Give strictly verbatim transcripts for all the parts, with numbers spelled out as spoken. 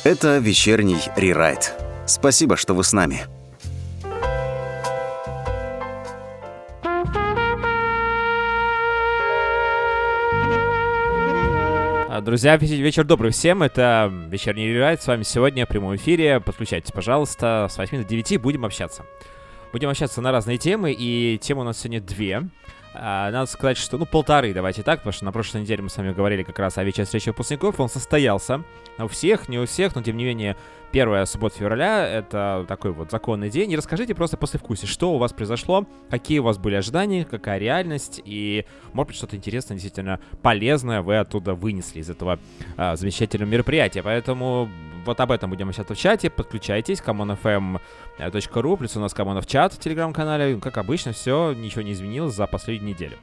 Это вечерний рерайт. Спасибо, что вы с нами. Друзья, вечер добрый всем, это вечерний рерайт, с вами сегодня в прямом эфире, подключайтесь, пожалуйста, с восьми до девяти будем общаться. Будем общаться на разные темы, и темы у нас сегодня две. А, надо сказать, что, ну, полторы, давайте так, потому что на прошлой неделе мы с вами говорили как раз о вечере встречи выпускников, он состоялся. У всех, не у всех, но тем не менее, первая суббота февраля, это такой вот законный день. И расскажите просто послевкусие, что у вас произошло, какие у вас были ожидания, какая реальность, и, может быть, что-то интересное, действительно полезное вы оттуда вынесли из этого а, замечательного мероприятия. Поэтому вот об этом будем общаться в чате, подключайтесь, камон эф эм точка ру, плюс у нас Камонов чат в телеграм-канале, как обычно, все, ничего не изменилось за последнюю неделю.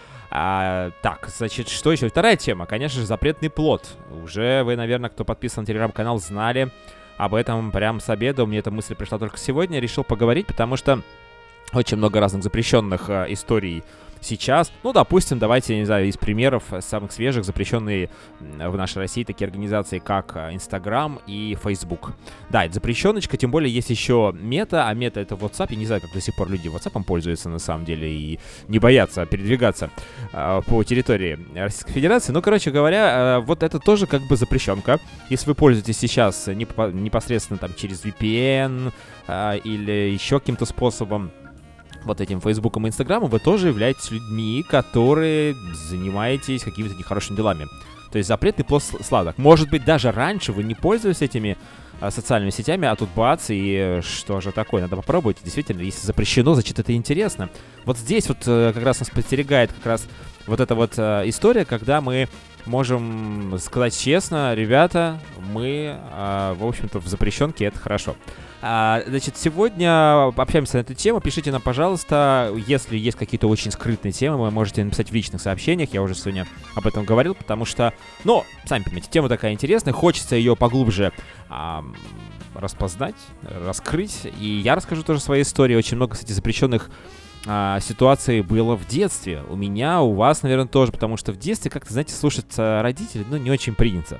А, так, значит, что еще? Вторая тема, конечно же, запретный плод. Уже вы, наверное, кто подписан на телеграм-канал, знали об этом прям с обеда. Мне эта мысль пришла только сегодня, решил поговорить, потому что очень много разных запрещенных а, историй сейчас. Ну, допустим, давайте, не знаю, из примеров самых свежих, запрещенные в нашей России такие организации, как Инстаграм и Фейсбук. Да, это запрещеночка, тем более есть еще Мета, а Мета — это WhatsApp. Я не знаю, как до сих пор люди WhatsApp пользуются на самом деле и не боятся передвигаться э, по территории Российской Федерации. Ну, короче говоря, э, вот это тоже как бы запрещенка. Если вы пользуетесь сейчас непо- непосредственно там через ви пи эн э, или еще каким-то способом, вот этим Фейсбуком и Инстаграмом, вы тоже являетесь людьми, которые занимаетесь какими-то нехорошими делами. То есть запретный плод сладок. Может быть, даже раньше вы не пользовались этими а, социальными сетями, а тут бац, и что же такое? Надо попробовать. Действительно, если запрещено, значит, это интересно. Вот здесь вот как раз нас подстерегает как раз вот эта вот а, история, когда мы можем сказать честно: ребята, мы, а, в общем-то, в запрещенке, это хорошо. А, значит, сегодня общаемся на эту тему. Пишите нам, пожалуйста, если есть какие-то очень скрытные темы, вы можете написать в личных сообщениях. Я уже сегодня об этом говорил, потому что, ну, сами понимаете, тема такая интересная. Хочется ее поглубже а, распознать, раскрыть. И я расскажу тоже свои истории. Очень много, кстати, запрещенных а, ситуаций было в детстве. У меня, у вас, наверное, тоже. Потому что в детстве, как-то, знаете, слушаться родителей, ну, не очень принято.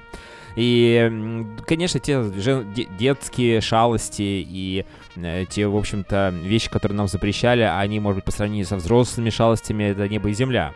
И, конечно, те же детские шалости и э, те, в общем-то, вещи, которые нам запрещали, они, может быть, по сравнению со взрослыми шалостями, это небо и земля.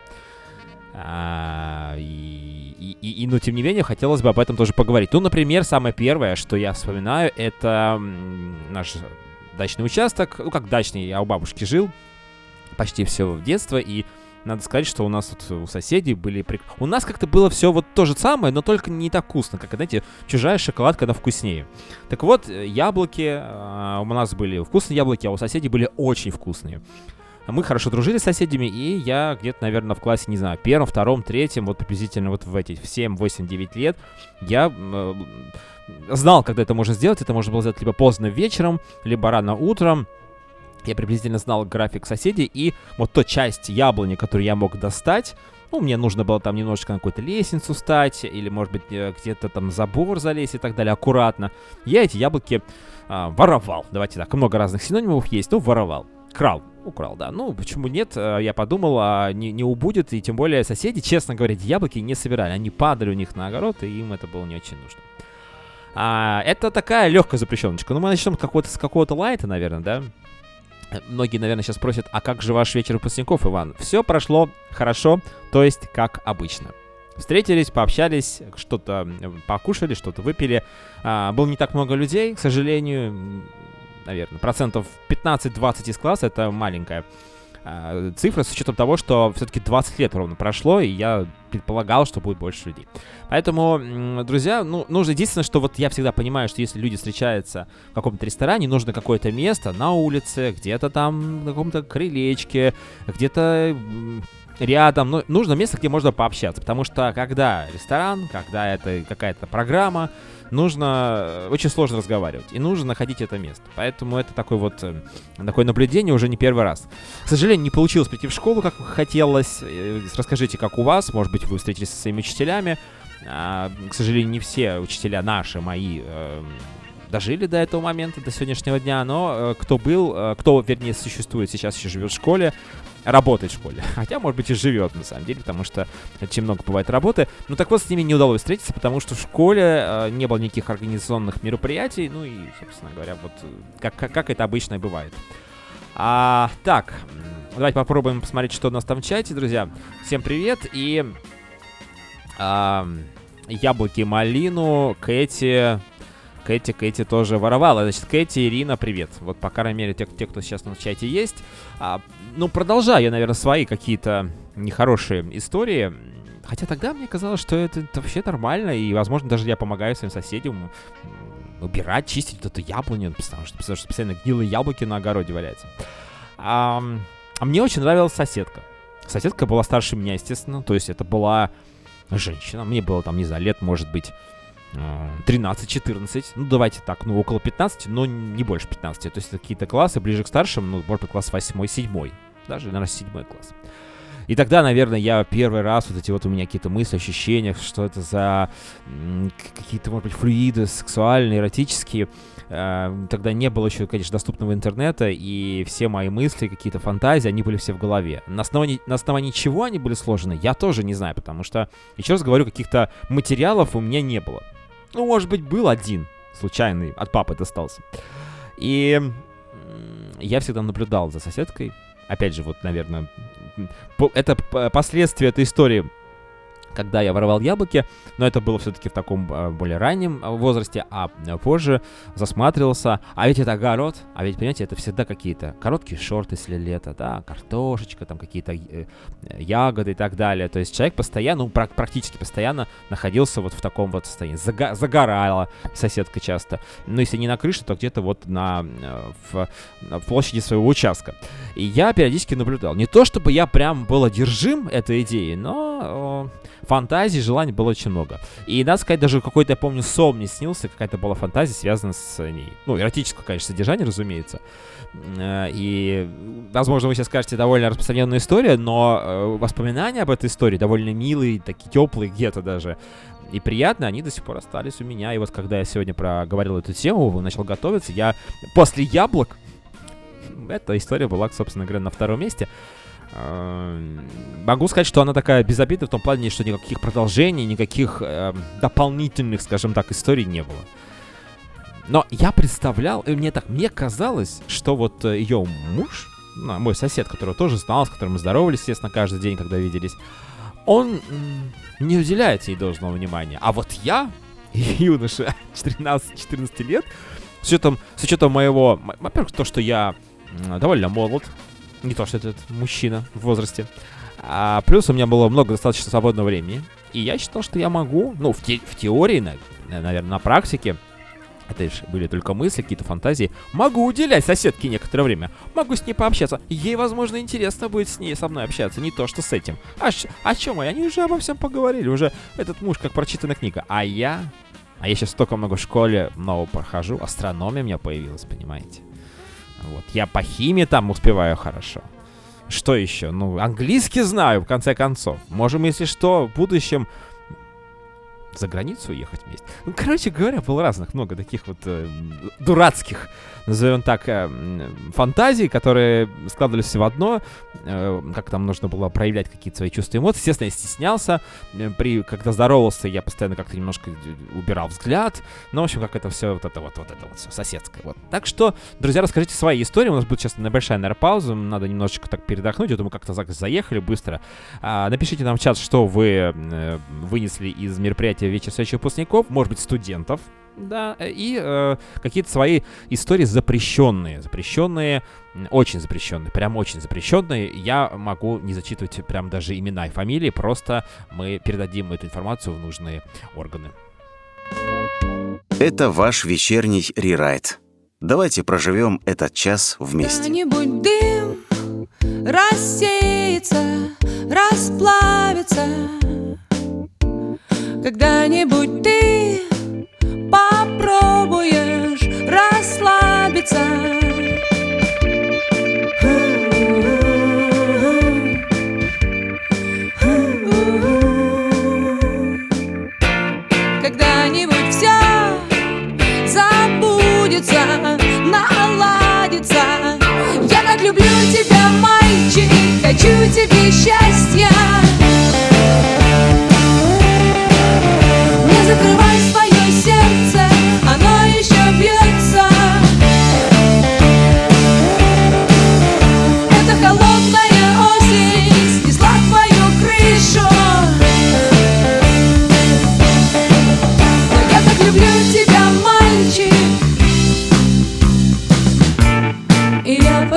А, и, и, и, и, но, тем не менее, хотелось бы об этом тоже поговорить. Ну, например, самое первое, что я вспоминаю, это наш дачный участок. Ну, как дачный, я у бабушки жил почти все в детство, и надо сказать, что у нас тут у соседей были... Прик... У нас как-то было все вот то же самое, но только не так вкусно, как, знаете, чужая шоколадка, она вкуснее. Так вот, яблоки, у нас были вкусные яблоки, а у соседей были очень вкусные. Мы хорошо дружили с соседями, и я где-то, наверное, в классе, не знаю, первом, втором, третьем, вот приблизительно вот в эти в семь, восемь, девять лет, я э, знал, когда это можно сделать. Это можно было сделать либо поздно вечером, либо рано утром. Я приблизительно знал график соседей, и вот ту часть яблони, которую я мог достать, ну, мне нужно было там немножечко на какую-то лестницу встать, или, может быть, где-то там забор залезть и так далее, аккуратно. Я эти яблоки а, воровал. Давайте так, много разных синонимов есть, ну, воровал. Крал. Украл, да. Ну, почему нет? Я подумал, а не, не убудет, и тем более соседи, честно говоря, эти яблоки не собирали. Они падали у них на огород, и им это было не очень нужно. А, это такая легкая запрещеночка. Ну, мы начнем с какого-то, с какого-то лайта, наверное, да? Многие, наверное, сейчас спросят: а как же ваш вечер выпускников, Иван? Все прошло хорошо, то есть как обычно. Встретились, пообщались, что-то покушали, что-то выпили. А, было не так много людей, к сожалению. Наверное, процентов пятнадцать-двадцать из класса — это маленькая а, цифра, с учетом того, что все-таки двадцать лет ровно прошло, и я предполагал, что будет больше людей. Поэтому, друзья, ну, нужно единственное, что вот я всегда понимаю, что если люди встречаются в каком-то ресторане, нужно какое-то место на улице, где-то там на каком-то крылечке, где-то рядом, ну, нужно место, где можно пообщаться, потому что когда ресторан, когда это какая-то программа, нужно, очень сложно разговаривать, и нужно находить это место. Поэтому это такое вот, такое наблюдение уже не первый раз. К сожалению, не получилось прийти в школу, как хотелось. Расскажите, как у вас, может быть, вы встретились со своими учителями. А, к сожалению, не все учителя наши, мои, э, дожили до этого момента, до сегодняшнего дня, но э, кто был, э, кто, вернее, существует сейчас, еще живет в школе, работает в школе. Хотя, может быть, и живет, на самом деле, потому что очень много бывает работы. Ну, так вот, с ними не удалось встретиться, потому что в школе э, не было никаких организационных мероприятий, ну и, собственно говоря, вот как, как, как это обычно и бывает. А, так, давайте попробуем посмотреть, что у нас там в чате, друзья. Всем привет, и а, яблоки, малину, Кэти... Кэти, Кэти тоже воровала. Значит, Кэти, Ирина, привет. Вот, по крайней мере, те, те кто сейчас на чате есть. А, ну, продолжаю я, наверное, свои какие-то нехорошие истории. Хотя тогда мне казалось, что это, это вообще нормально. И, возможно, даже я помогаю своим соседям убирать, чистить вот эту яблоню. Потому что, потому что постоянно гнилые яблоки на огороде валяются. А, а мне очень нравилась соседка. Соседка была старше меня, естественно. То есть это была женщина. Мне было там, не знаю, лет, может быть, тринадцать-четырнадцать, ну давайте так, ну около пятнадцати, но не больше пятнадцати. То есть это какие-то классы ближе к старшим, ну может быть класс восьмой, седьмой, даже, наверное, седьмой класс. И тогда, наверное, я первый раз, вот эти вот у меня какие-то мысли, ощущения, что это за м, какие-то, может быть, флюиды сексуальные, эротические. Э, тогда не было еще, конечно, доступного интернета, и все мои мысли, какие-то фантазии, они были все в голове. На основании, на основании чего они были сложены, я тоже не знаю, потому что, еще раз говорю, каких-то материалов у меня не было. Ну, может быть, был один случайный, от папы достался. И я всегда наблюдал за соседкой. Опять же, вот, наверное, это последствия этой истории, когда я воровал яблоки, но это было все-таки в таком э, более раннем возрасте, а позже засматривался, а ведь это огород, а ведь, понимаете, это всегда какие-то короткие шорты, если лето, да, картошечка, там какие-то э, ягоды и так далее, то есть человек постоянно, ну, пр- практически постоянно находился вот в таком вот состоянии, Зага- загорала соседка часто, ну, если не на крыше, то где-то вот на, в, на площади своего участка, и я периодически наблюдал, не то чтобы я прям был одержим этой идеей, но... фантазий, желаний было очень много. И, надо сказать, даже какой-то, я помню, сон мне снился, какая-то была фантазия, связанная с ней. Ну, эротическое, конечно, содержание, разумеется. И, возможно, вы сейчас скажете, довольно распространенная история, но воспоминания об этой истории довольно милые, такие теплые где-то даже. И приятные, они до сих пор остались у меня. И вот когда я сегодня проговорил эту тему, начал готовиться, я после яблок... Эта история была, собственно говоря, на втором месте. Могу сказать, что она такая безобидная в том плане, что никаких продолжений, никаких э, дополнительных, скажем так, историй не было. Но я представлял, и мне так, мне казалось, что вот ее муж, ну, мой сосед, которого тоже знал, с которым мы здоровались, естественно, каждый день, когда виделись, он м, не уделяет ей должного внимания. А вот я, юноша тринадцати-четырнадцати лет, с учетом, с учетом моего, во-первых, то, что я довольно молод, не то, что этот мужчина в возрасте. А плюс у меня было много достаточно свободного времени. И я считал, что я могу, ну, в, те, в теории, на, наверное, на практике, это лишь были только мысли, какие-то фантазии, могу уделять соседке некоторое время. Могу с ней пообщаться. Ей, возможно, интересно будет с ней, со мной общаться, не то, что с этим. А ш- о чем мы? Они уже обо всем поговорили. Уже этот муж, как прочитанная книга. А я... А я сейчас столько много в школе нового прохожу. Астрономия у меня появилась, понимаете? Вот, я по химии там успеваю хорошо. Что еще? Ну, английский знаю, в конце концов. Можем, если что, в будущем за границу уехать вместе. Ну, короче говоря, было разных много таких вот э, дурацких, назовем так, э, фантазий, которые складывались в одно. Э, как там нужно было проявлять какие-то свои чувства и эмоции. Естественно, я стеснялся. При, когда здоровался, я постоянно как-то немножко убирал взгляд. Ну, в общем, как это все, вот это вот, вот это вот все соседское. Вот. Так что, друзья, расскажите свои истории. У нас будет сейчас небольшая, наверное, пауза. Надо немножечко так передохнуть. Я думаю, как-то заехали быстро. А, напишите нам в чат, что вы э, вынесли из мероприятия вечер встречи выпускников, может быть, студентов, да, и э, какие-то свои истории запрещенные, запрещенные, очень запрещенные, прям очень запрещенные. Я могу не зачитывать прям даже имена и фамилии, просто мы передадим эту информацию в нужные органы. Это ваш вечерний рерайт. Давайте проживем этот час вместе. Когда-нибудь дым рассеется, расплавится. Когда-нибудь ты попробуешь расслабиться. Когда-нибудь все забудется.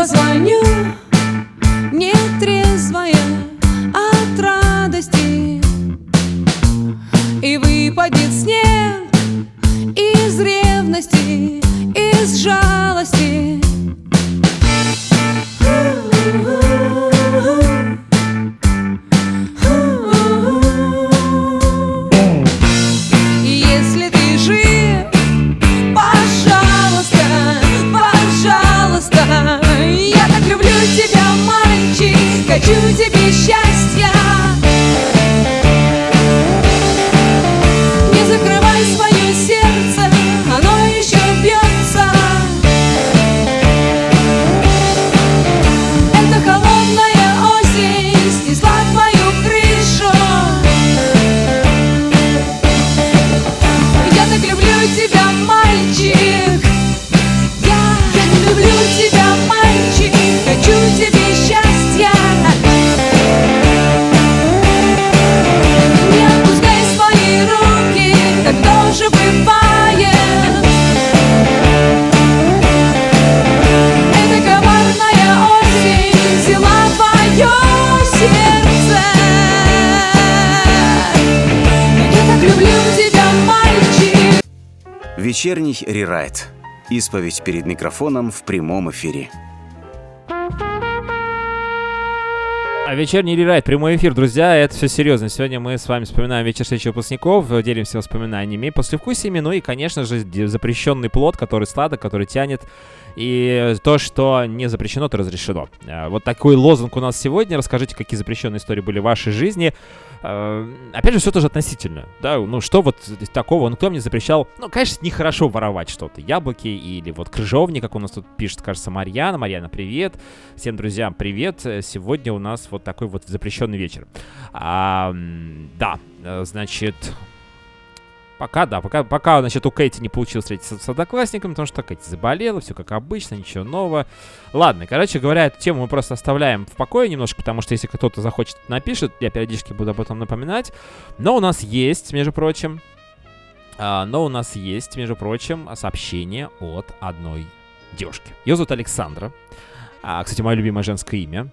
позвоню, нетрезвая от радости, и выпадет снег из ревности, из жалости. Если ты жив, пожалуйста, пожалуйста, я так люблю тебя, мальчик, хочу тебе счастья. Не закрывай свое сердце, оно еще бьется. Эта холодная осень снесла твою крышу. Я так люблю тебя, мальчик. Я, я люблю тебя, мальчик, хочу тебе счастья. Не отпускай свои руки, так тоже бывает. Эта коварная осень взяла твое сердце. Я так люблю тебя, мальчик. Вечерний рерайт. Исповедь перед микрофоном в прямом эфире. А вечерний рерайт, прямой эфир, друзья, это все серьезно. Сегодня мы с вами вспоминаем вечер встречи выпускников, делимся воспоминаниями, послевкусиями, ну и, конечно же, запрещенный плод, который сладок, который тянет, и то, что не запрещено, то разрешено. Вот такой лозунг у нас сегодня. Расскажите, какие запрещенные истории были в вашей жизни. Опять же, все тоже относительно, да, ну что вот такого, ну кто мне запрещал, ну, конечно, нехорошо воровать что-то, яблоки или вот крыжовник, как у нас тут пишет, кажется, Марьяна. Марьяна, привет, всем друзьям привет, сегодня у нас вот такой вот запрещенный вечер. А, да, значит... Пока, да, пока, пока, значит, у Кэти не получилось встретиться с одноклассником, потому что Кэти заболела, все как обычно, ничего нового. Ладно, короче говоря, эту тему мы просто оставляем в покое немножко, потому что если кто-то захочет, напишет, я периодически буду об этом напоминать. Но у нас есть, между прочим, а, но у нас есть, между прочим, сообщение от одной девушки. Ее зовут Александра. А, кстати, мое любимое женское имя.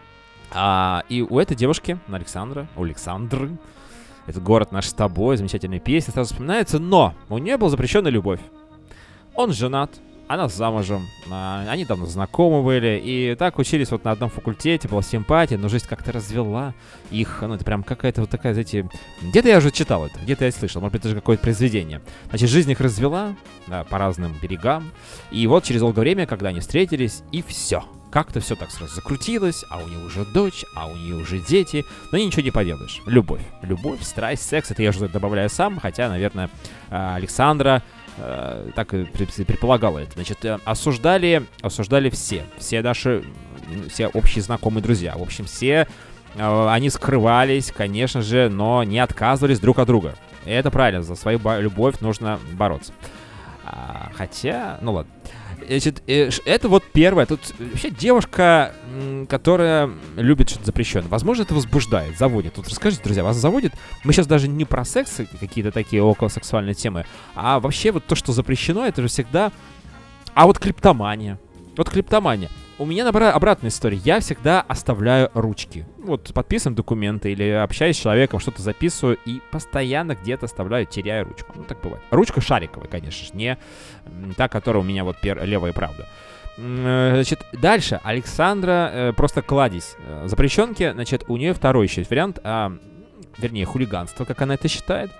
А, и у этой девушки, Александра, у Александры, этот город наш с тобой, замечательная песня сразу вспоминается, но у нее была запрещенная любовь. Он женат, она замужем, а, они давно знакомы были, и так учились вот на одном факультете, была симпатия, но жизнь как-то развела их, ну это прям какая-то вот такая, знаете, где-то я уже читал это, где-то я слышал, может быть, это же какое-то произведение. Значит, жизнь их развела, да, по разным берегам, и вот через долгое время, когда они встретились, и все. Как-то все так сразу закрутилось, а у нее уже дочь, а у нее уже дети, но ничего не поделаешь. Любовь. Любовь, страсть, секс, это я уже добавляю сам, хотя, наверное, Александра э, так и предполагала это. Значит, осуждали, осуждали все, все наши, все общие знакомые друзья. В общем, все э, они скрывались, конечно же, но не отказывались друг от друга. И это правильно, за свою любовь нужно бороться. А, хотя, ну ладно. Значит, это вот первое. Тут вообще девушка, которая любит что-то запрещенное. Возможно, это возбуждает, заводит. Тут расскажите, друзья, вас заводит? Мы сейчас даже не про секс, какие-то такие околосексуальные темы, а вообще вот то, что запрещено, это же всегда... А вот клептомания. Вот клептомания. У меня, наоборот, обратная история. Я всегда оставляю ручки. Вот подписываем документы или общаюсь с человеком, что-то записываю и постоянно где-то оставляю, теряю ручку. Ну, так бывает. Ручка шариковая, конечно же, не та, которая у меня вот пер- левая и правда. Значит, дальше. Александра э, просто кладезь э, запрещенки. Значит, у нее второй еще есть вариант, а, вернее, хулиганство, как она это считает.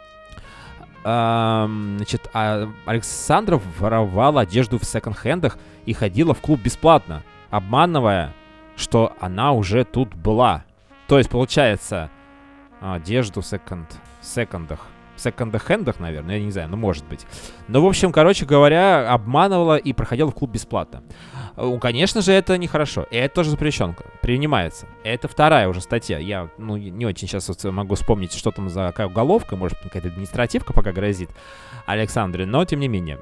А, значит, а Александра воровала одежду в секонд-хендах и ходила в клуб бесплатно, обманывая, что она уже тут была. То есть, получается, одежду в секонд, секондах, секонд-хендах, наверное, я не знаю, ну, может быть. Ну, в общем, короче говоря, обманывала и проходила в клуб бесплатно. Конечно же, это нехорошо. И это тоже запрещенка. Принимается. Это вторая уже статья. Я ну, не очень сейчас вот могу вспомнить, что там за какая уголовка. Может, какая-то административка пока грозит Александре. Но, тем не менее.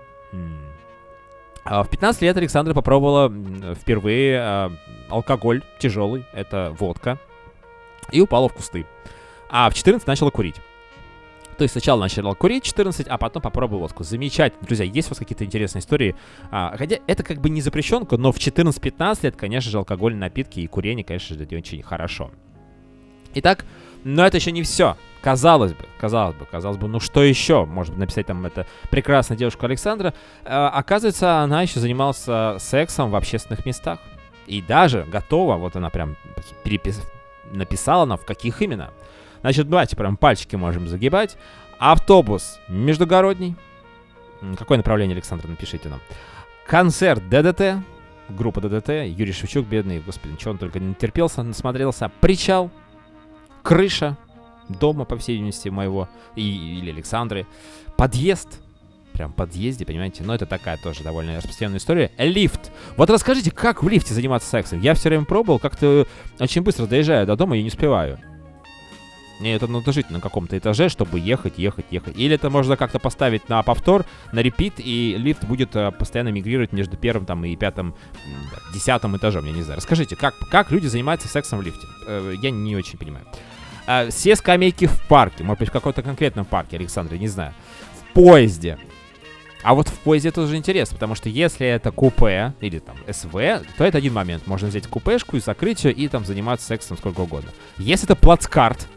В пятнадцать лет Александра попробовала впервые а, алкоголь тяжелый. Это водка. И упала в кусты. А в четырнадцать начала курить. То есть сначала начал курить четырнадцать, а потом попробовал водку. Замечательно. Друзья, есть у вас какие-то интересные истории? А, хотя это как бы не запрещенка, но в четырнадцать-пятнадцать лет, конечно же, алкогольные напитки и курение, конечно же, это очень хорошо. Итак, но это еще не все. Казалось бы, казалось бы, казалось бы, ну что еще? Может написать там это прекрасная девушка Александра. А, оказывается, она еще занималась сексом в общественных местах. И даже готова, вот она прям перепис... написала нам, в каких именно. Значит, давайте прям пальчики можем загибать. Автобус междугородний. Какое направление, Александр, напишите нам. Концерт ДДТ. Группа ДДТ. Юрий Шевчук, бедный, господи, ничего он только не терпелся, насмотрелся. Причал. Крыша. Дома, по всей видимости, моего. И, или Александры. Подъезд. Прям в подъезде, понимаете? Но это такая тоже довольно распространенная история. Лифт. Вот расскажите, как в лифте заниматься сексом? Я все время пробовал, как-то очень быстро доезжаю до дома и не успеваю. Мне это надо жить на каком-то этаже, чтобы ехать, ехать, ехать. Или это можно как-то поставить на повтор, на репит, и лифт будет а, постоянно мигрировать между первым там, и пятым, десятым этажом, я не знаю. Расскажите, как, как люди занимаются сексом в лифте? Э, я не очень понимаю. А, все скамейки в парке, может быть, в каком-то конкретном парке, Александр, я не знаю. В поезде. А вот в поезде это уже интересно, потому что если это купе или там СВ, то это один момент. Можно взять купешку и закрыть ее, и там заниматься сексом сколько угодно. Если это плацкарт,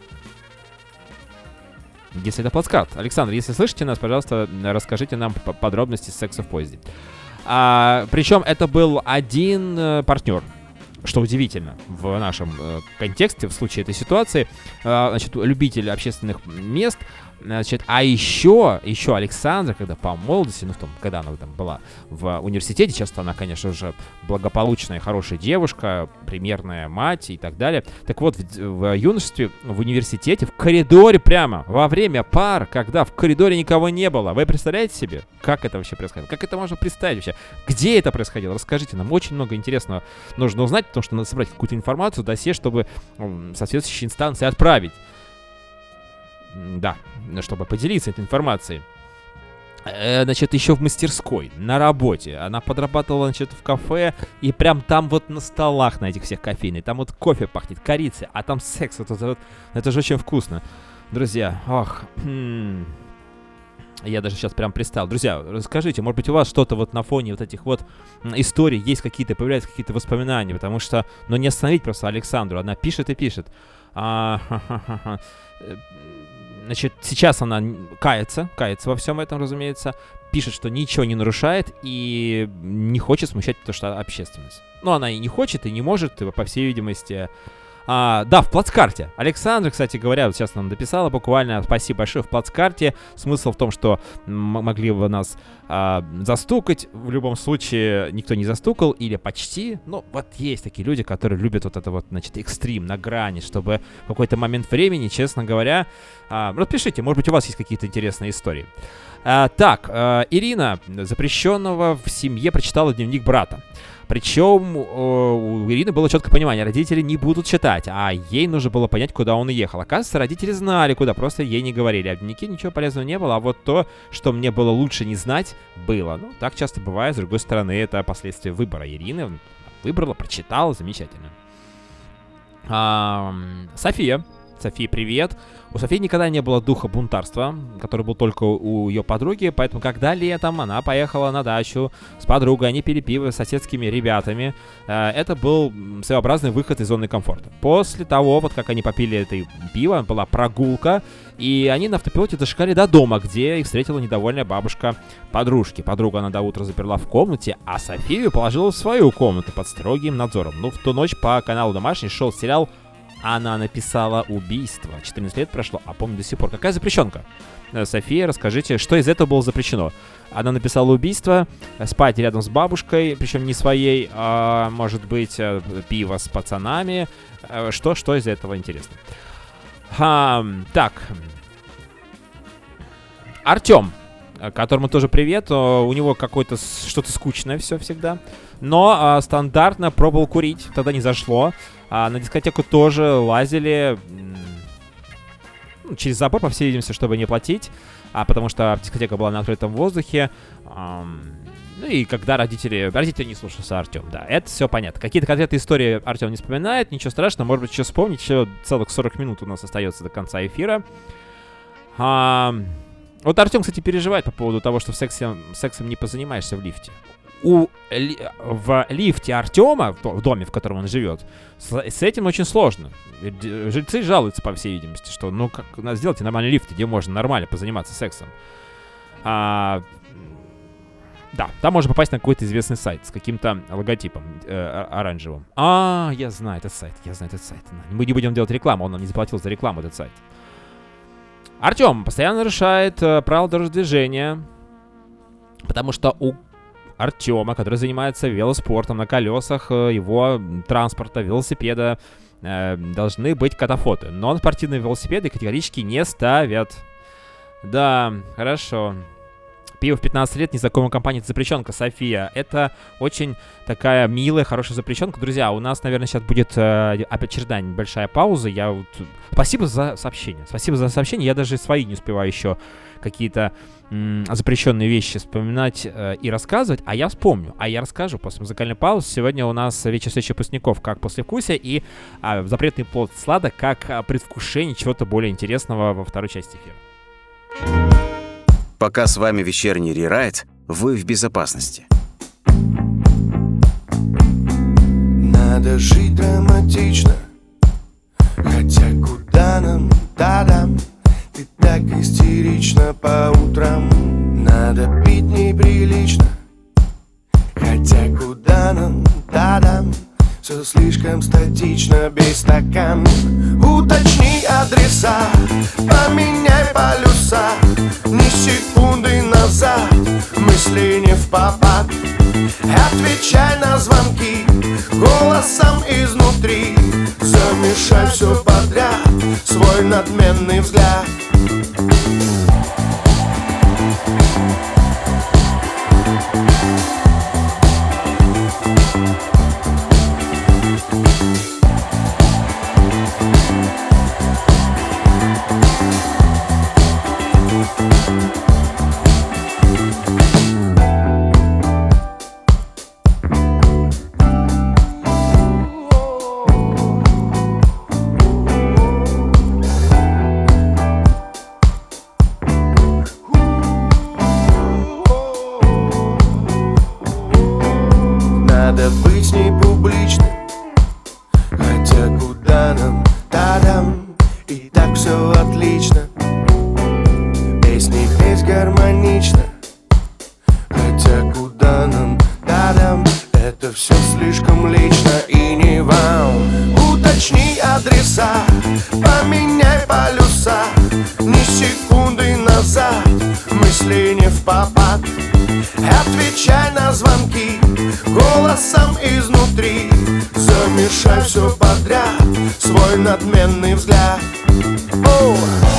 Если это плацкарт. Александр, если слышите нас, пожалуйста, расскажите нам подробности секса в поезде. А, причем это был один э, партнер, что удивительно в нашем э, контексте, в случае этой ситуации. Э, значит, любитель общественных мест. Значит, а еще, еще Александра, когда по молодости, ну, в том, когда она там была в университете, сейчас она, конечно, уже благополучная, хорошая девушка, примерная мать и так далее. Так вот, в, в юношестве, в университете, в коридоре прямо, во время пар, когда в коридоре никого не было, вы представляете себе, как это вообще происходило? Как это можно представить вообще? Где это происходило? Расскажите, нам очень много интересного нужно узнать, потому что надо собрать какую-то информацию, досье, чтобы ну, соответствующие инстанции отправить. Да, чтобы поделиться этой информацией. Э, значит, еще в мастерской, на работе. Она подрабатывала, значит, в кафе. И прям там вот на столах, на этих всех кофейных, там вот кофе пахнет, корицей, а там секс. Вот, вот, вот, это же очень вкусно. Друзья, ох, хм, я даже сейчас прям пристал. Друзья, расскажите, может быть, у вас что-то вот на фоне вот этих вот историй есть какие-то, появляются какие-то воспоминания, потому что, ну, не остановить просто Александру. Она пишет и пишет. А, ха-ха-ха. Значит, сейчас она кается, кается во всем этом, разумеется, пишет, что ничего не нарушает и не хочет смущать, потому что общественность. Но она и не хочет, и не может, и, по всей видимости... А, да, в плацкарте. Александра, кстати говоря, вот сейчас нам дописала буквально, спасибо большое, в плацкарте. Смысл в том, что м- могли бы нас а, застукать. В любом случае, никто не застукал, или почти. Ну, вот есть такие люди, которые любят вот это вот, значит, экстрим на грани, чтобы в какой-то момент времени, честно говоря... А, напишите, может быть, у вас есть какие-то интересные истории. А, так, а, Ирина, запрещенного в семье, прочитала дневник брата. Причем у Ирины было четкое понимание, родители не будут читать, а ей нужно было понять, куда он уехал. Оказывается, родители знали, куда, просто ей не говорили. А в дневнике ничего полезного не было, а вот то, что мне было лучше не знать, было. Ну, так часто бывает, с другой стороны, это последствия выбора Ирины. Выбрала, прочитала, замечательно. А, София. София, привет. У Софии никогда не было духа бунтарства, который был только у ее подруги, поэтому когда летом она поехала на дачу с подругой, они пили пиво с соседскими ребятами, это был своеобразный выход из зоны комфорта. После того, вот как они попили это пиво, была прогулка, и они на автопилоте дошагали до дома, где их встретила недовольная бабушка подружки. Подруга она до утра заперла в комнате, а Софию положила в свою комнату под строгим надзором. Ну, в ту ночь по каналу «Домашний» шел сериал «Она написала убийство». четырнадцать лет прошло, а помню до сих пор. Какая запрещенка? София, расскажите, что из этого было запрещено? Она написала убийство, спать рядом с бабушкой, причем не своей, а, может быть, пиво с пацанами. Что, что из этого интересно? А, так. Артем, которому тоже привет. У него какое-то что-то скучное все всегда. Но а, стандартно пробовал курить, тогда не зашло. А на дискотеку тоже лазили ну, через забор, по всей видимости, чтобы не платить, а потому что дискотека была на открытом воздухе. Ам, ну и когда родители... Родители не слушался Артем, да, это все понятно. Какие-то конкретные истории Артем не вспоминает, ничего страшного, может быть, еще вспомнить, еще целых сорок минут у нас остается до конца эфира. А, вот Артем, кстати, переживает по поводу того, что сексом, сексом не позанимаешься в лифте. У, ли, в лифте Артема, в, в доме, в котором он живет, с, с этим очень сложно. Жильцы жалуются, по всей видимости, что ну как сделайте нормальный лифт, где можно нормально позаниматься сексом. А, да, там можно попасть на какой-то известный сайт с каким-то логотипом э, оранжевым. А, я знаю этот сайт, я знаю этот сайт. Мы не будем делать рекламу, он нам не заплатил за рекламу этот сайт. Артем постоянно нарушает э, правила дорожного движения, потому что у Артема, который занимается велоспортом на колесах, э, его транспорта, велосипеда, э, должны быть катафоты. Но спортивные велосипеды категорически не ставят. Да, хорошо. Пиво в пятнадцать лет, незнакомая компания, это запрещенка, София. Это очень такая милая, хорошая запрещенка. Друзья, у нас, наверное, сейчас будет э, очередная небольшая пауза. Я вот... Спасибо за сообщение. Спасибо за сообщение. Я даже свои не успеваю еще какие-то м- запрещенные вещи вспоминать э, и рассказывать. А я вспомню. А я расскажу после музыкальной паузы. Сегодня у нас вечер встречи выпускников как послевкусие и э, запретный плод Слада как э, предвкушение чего-то более интересного во второй части эфира. Пока с вами вечерний рерайт, вы в безопасности. Надо жить драматично, хотя куда нам, та-дам. Ты так истерично по утрам. Надо пить неприлично, хотя куда нам, та-дам. Все слишком статично, без стакан. Уточни адреса, поменяй полюса. Ни секунды назад, мысли не впопад. Отвечай на звонки голосом изнутри. Замешай все подряд, свой надменный взгляд. Надо быть не публичным, хотя куда нам, та-дам. И так все отлично, песни петь гармонично, хотя куда нам, та-дам. Это все слишком лично и не вам. Уточни адреса, поменяй полюса. Ни секунды назад, мысли не впопад. Отвечай на звонки голосом изнутри. Замешай все подряд, свой надменный взгляд. Оу.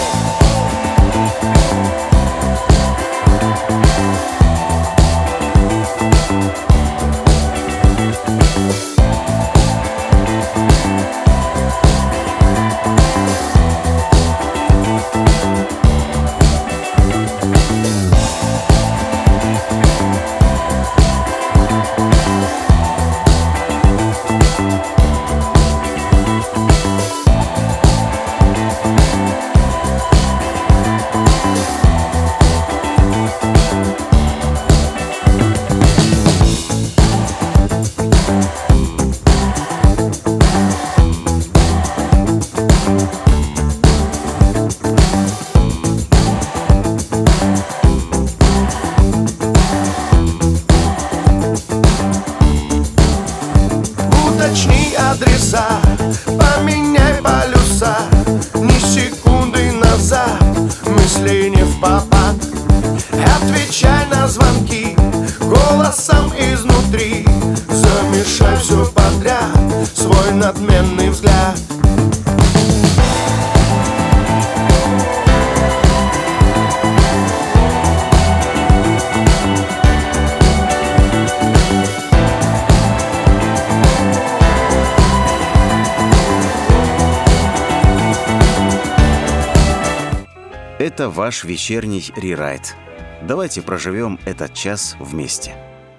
Уточни адреса, поменяй полюса. Ни секунды назад, мысли не впопад. Отвечай на звонки голосом изнутри. Замешай все подряд, свой надменный взгляд. Это ваш вечерний рерайт. Давайте проживем этот час вместе.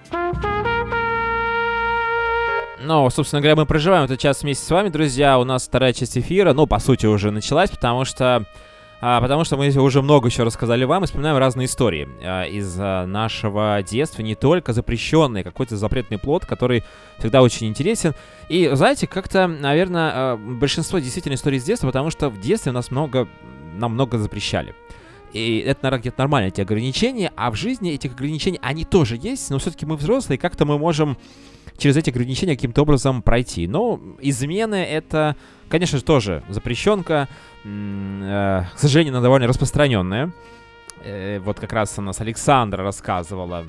Ну, собственно говоря, мы проживаем этот час вместе с вами, друзья. У нас вторая часть эфира, ну, по сути, уже началась, потому что А, потому что мы уже много еще рассказали вам и вспоминаем разные истории а, из а, нашего детства, не только запрещенный, какой-то запретный плод, который всегда очень интересен. И, знаете, как-то, наверное, а, большинство действительно историй из детства, потому что в детстве у нас много, нам много запрещали. И это, наверное, где-то нормально, эти ограничения, а в жизни этих ограничений, они тоже есть, но все-таки мы взрослые, и как-то мы можем через эти ограничения каким-то образом пройти. Но измены — это, конечно же, тоже запрещенка, к сожалению, она довольно распространенная. Вот как раз у нас Александра рассказывала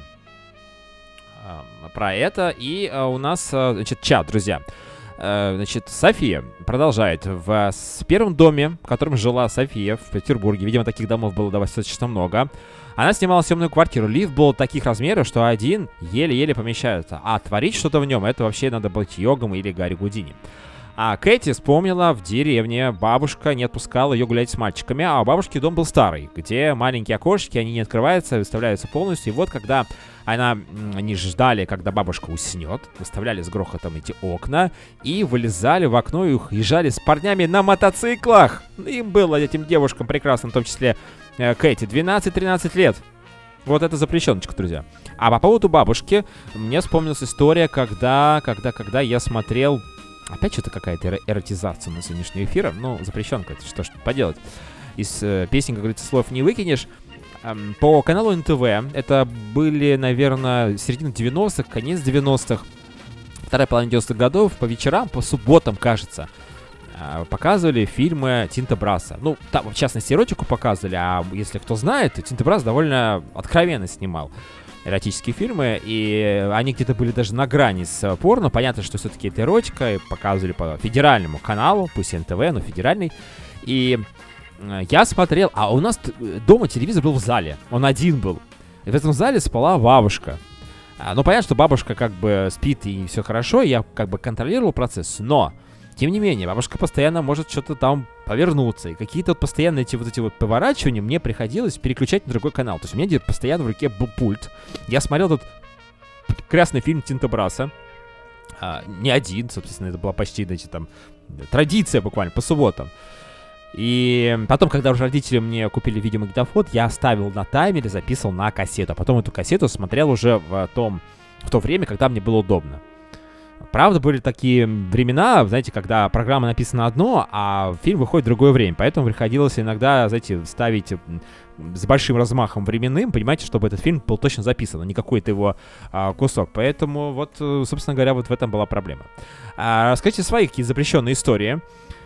про это. И у нас, значит, чат, друзья. Значит, София продолжает. В первом доме, в котором жила София в Петербурге, видимо, таких домов было достаточно много, она снимала съемную квартиру. Лифт был таких размеров, что один еле-еле помещается. А творить что-то в нем — это вообще надо быть йогом или Гарри Гудини. А Кэти вспомнила, в деревне бабушка не отпускала ее гулять с мальчиками, а у бабушки дом был старый, где маленькие окошечки, они не открываются, выставляются полностью. И вот когда она, они ждали, когда бабушка уснет, выставляли с грохотом эти окна и вылезали в окно и уезжали с парнями на мотоциклах. Им было, этим девушкам прекрасно, в том числе э, Кэти, двенадцать-тринадцать лет. Вот это запрещеночка, друзья. А по поводу бабушки, мне вспомнилась история, когда, когда, когда я смотрел... Опять что-то какая-то эро- эротизация на сегодняшнего эфира. Ну, запрещенка, это что ж поделать. Из э, песни, как говорится, слов не выкинешь. Эм, по каналу эн тэ вэ, это были, наверное, середина девяностых, конец девяностых, вторая половина девяностых годов, по вечерам, по субботам, кажется, э, показывали фильмы Тинто Брасса. Ну, там, в частности, эротику показывали, а если кто знает, Тинто Брасс довольно откровенно снимал эротические фильмы, и они где-то были даже на грани с порно. Понятно, что все-таки это эротика, и показывали по федеральному каналу, пусть эн тэ вэ, но федеральный. И я смотрел, а у нас дома телевизор был в зале, он один был. И в этом зале спала бабушка. Ну, понятно, что бабушка как бы спит и все хорошо, и я как бы контролировал процесс, но... Тем не менее, бабушка постоянно может что-то там повернуться. И какие-то вот постоянно эти вот эти вот поворачивания мне приходилось переключать на другой канал. То есть у меня постоянно в руке был пульт. Я смотрел этот прекрасный фильм Тинто Брасса. А, не один, собственно, это была почти, значит, там, традиция буквально по субботам. И потом, когда уже родители мне купили видеомагнитофон, я ставил на таймере, записывал на кассету. А потом эту кассету смотрел уже в том, в то время, когда мне было удобно. Правда, были такие времена, знаете, когда программа написана одно, а фильм выходит в другое время. Поэтому приходилось иногда, знаете, ставить с большим размахом временным, понимаете, чтобы этот фильм был точно записан, а не какой-то его а, кусок. Поэтому вот, собственно говоря, вот в этом была проблема. А, расскажите свои какие запрещенные истории.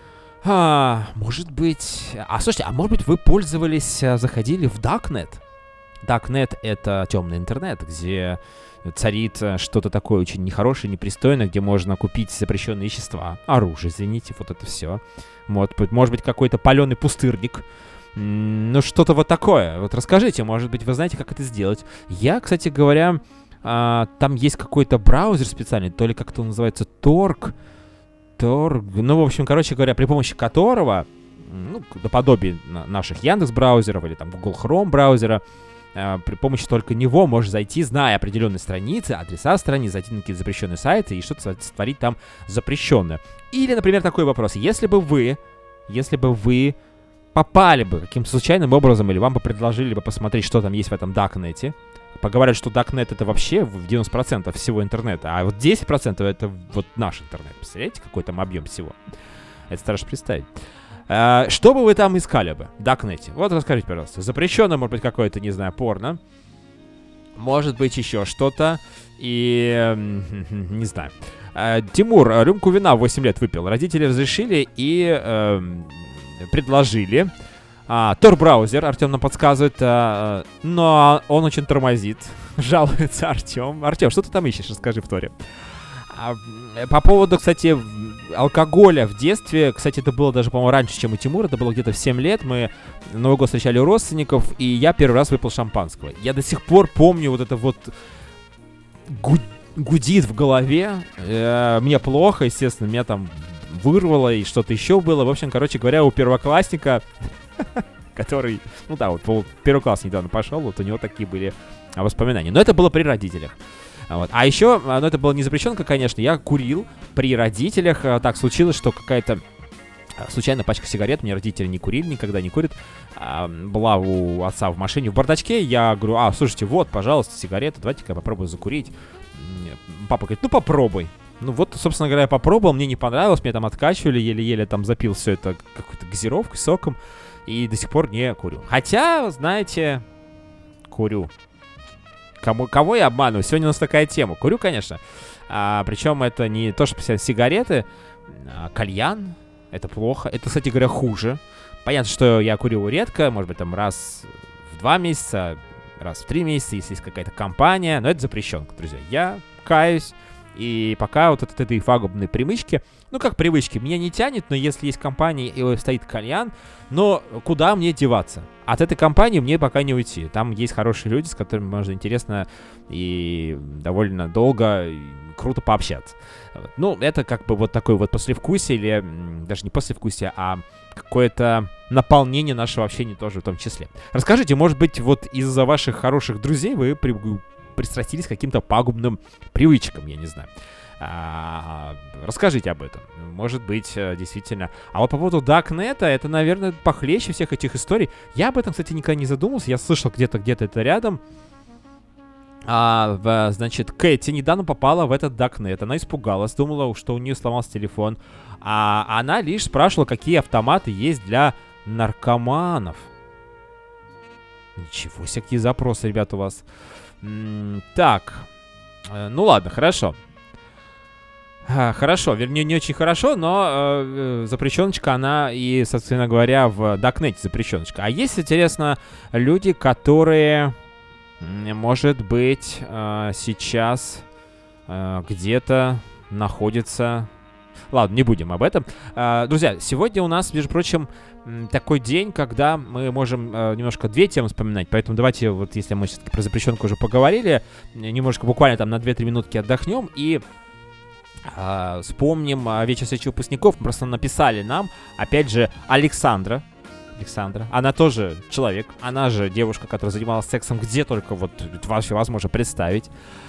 А, может быть... А, слушайте, а может быть вы пользовались, заходили в Darknet? Darknet — это темный интернет, где... царит что-то такое очень нехорошее, непристойное, где можно купить запрещенные вещества, оружие, извините, вот это все. Вот, может быть, какой-то паленый пустырник. Ну, что-то вот такое. Вот расскажите, может быть, вы знаете, как это сделать. Я, кстати говоря, а, там есть какой-то браузер специальный, то ли как-то он называется Торг. Торг. Ну, в общем, короче говоря, при помощи которого, ну, наподобие наших Яндекс-браузеров или там Google Chrome браузера, при помощи только него можешь зайти, зная определенные страницы, адреса страниц, зайти на какие-то запрещенные сайты и что-то сотворить там запрещенное. Или, например, такой вопрос. Если бы вы, если бы вы попали бы каким-то случайным образом, или вам бы предложили бы посмотреть, что там есть в этом Darknet, поговорят, что Darknet — это вообще в девяносто процентов всего интернета, а вот десять процентов — это вот наш интернет. Представляете, какой там объем всего? Это страшно представить. Uh, что бы вы там искали бы в Darknet? Вот расскажите, пожалуйста. Запрещено, может быть, какое-то, не знаю, порно. Может быть, еще что-то. И... не знаю. Uh, Тимур рюмку вина в восемь лет выпил. Родители разрешили и uh, предложили. Uh, Tor-браузер, Артем нам подсказывает. Uh, но он очень тормозит. Жалуется Артем. Артем, что ты там ищешь? Расскажи в Торе. По поводу, кстати, алкоголя в детстве, кстати, это было даже, по-моему, раньше, чем у Тимура, это было где-то в семь лет, мы Новый год встречали у родственников, и я первый раз выпил шампанского. Я до сих пор помню вот это вот гуд... гудит в голове, э, мне плохо, естественно, меня там вырвало и что-то еще было. В общем, короче говоря, у первоклассника, который, ну да, вот первый класс недавно пошел, вот у него такие были воспоминания. Но это было при родителях. Вот. А еще, ну это было не запрещенка, конечно, я курил при родителях. Так случилось, что какая-то случайно пачка сигарет, мне родители не курили, никогда не курят, а, была у отца в машине в бардачке, я говорю, а, слушайте, вот, пожалуйста, сигареты, давайте-ка я попробую закурить. Папа говорит, ну попробуй. Ну вот, собственно говоря, я попробовал, мне не понравилось, мне там откачивали, еле-еле там запил все это какой-то газировкой, соком, и до сих пор не курю. Хотя, знаете, курю. Кому, кого я обманываю? Сегодня у нас такая тема. Курю, конечно. А, причем это не то, что сигареты, а кальян. Это плохо. Это, кстати говоря, хуже. Понятно, что я курю редко, может быть, там раз в два месяца, раз в три месяца, если есть какая-то компания. Но это запрещенка, друзья. Я каюсь. И пока вот от этой пагубной привычки, ну как привычки, меня не тянет, но если есть компания и стоит кальян, но куда мне деваться? От этой компании мне пока не уйти. Там есть хорошие люди, с которыми можно интересно и довольно долго, и круто пообщаться. Ну, это как бы вот такое вот послевкусие, или даже не послевкусие, а какое-то наполнение нашего общения тоже в том числе. Расскажите, может быть, вот из-за ваших хороших друзей вы при... пристрастились к каким-то пагубным привычкам, я не знаю. А, расскажите об этом. Может быть, действительно. А вот по поводу Даркнета, это, наверное, похлеще всех этих историй. Я об этом, кстати, никогда не задумывался. Я слышал где-то, где-то это рядом. А, в, значит, Кэти недавно попала в этот Даркнет. Она испугалась, думала, что у нее сломался телефон. А она лишь спрашивала, какие автоматы есть для наркоманов. Ничего себе, какие запросы, ребята, у вас. М- так. Э, ну ладно, хорошо. А, хорошо, вернее, не очень хорошо, но э, запрещеночка, она и, собственно говоря, в Даркнете запрещеночка. А есть, интересно, люди, которые, может быть, э, сейчас э, где-то находятся... Ладно, не будем об этом. Э, друзья, сегодня у нас, между прочим, такой день, когда мы можем э, немножко две темы вспоминать, поэтому давайте, вот если мы все-таки про запрещенку уже поговорили, немножко буквально там на две-три минутки отдохнем и э, вспомним э, вечер встречи выпускников. Просто написали нам, опять же, Александра. Александра. Она тоже человек, она же девушка, которая занималась сексом где только вот вообще возможно представить.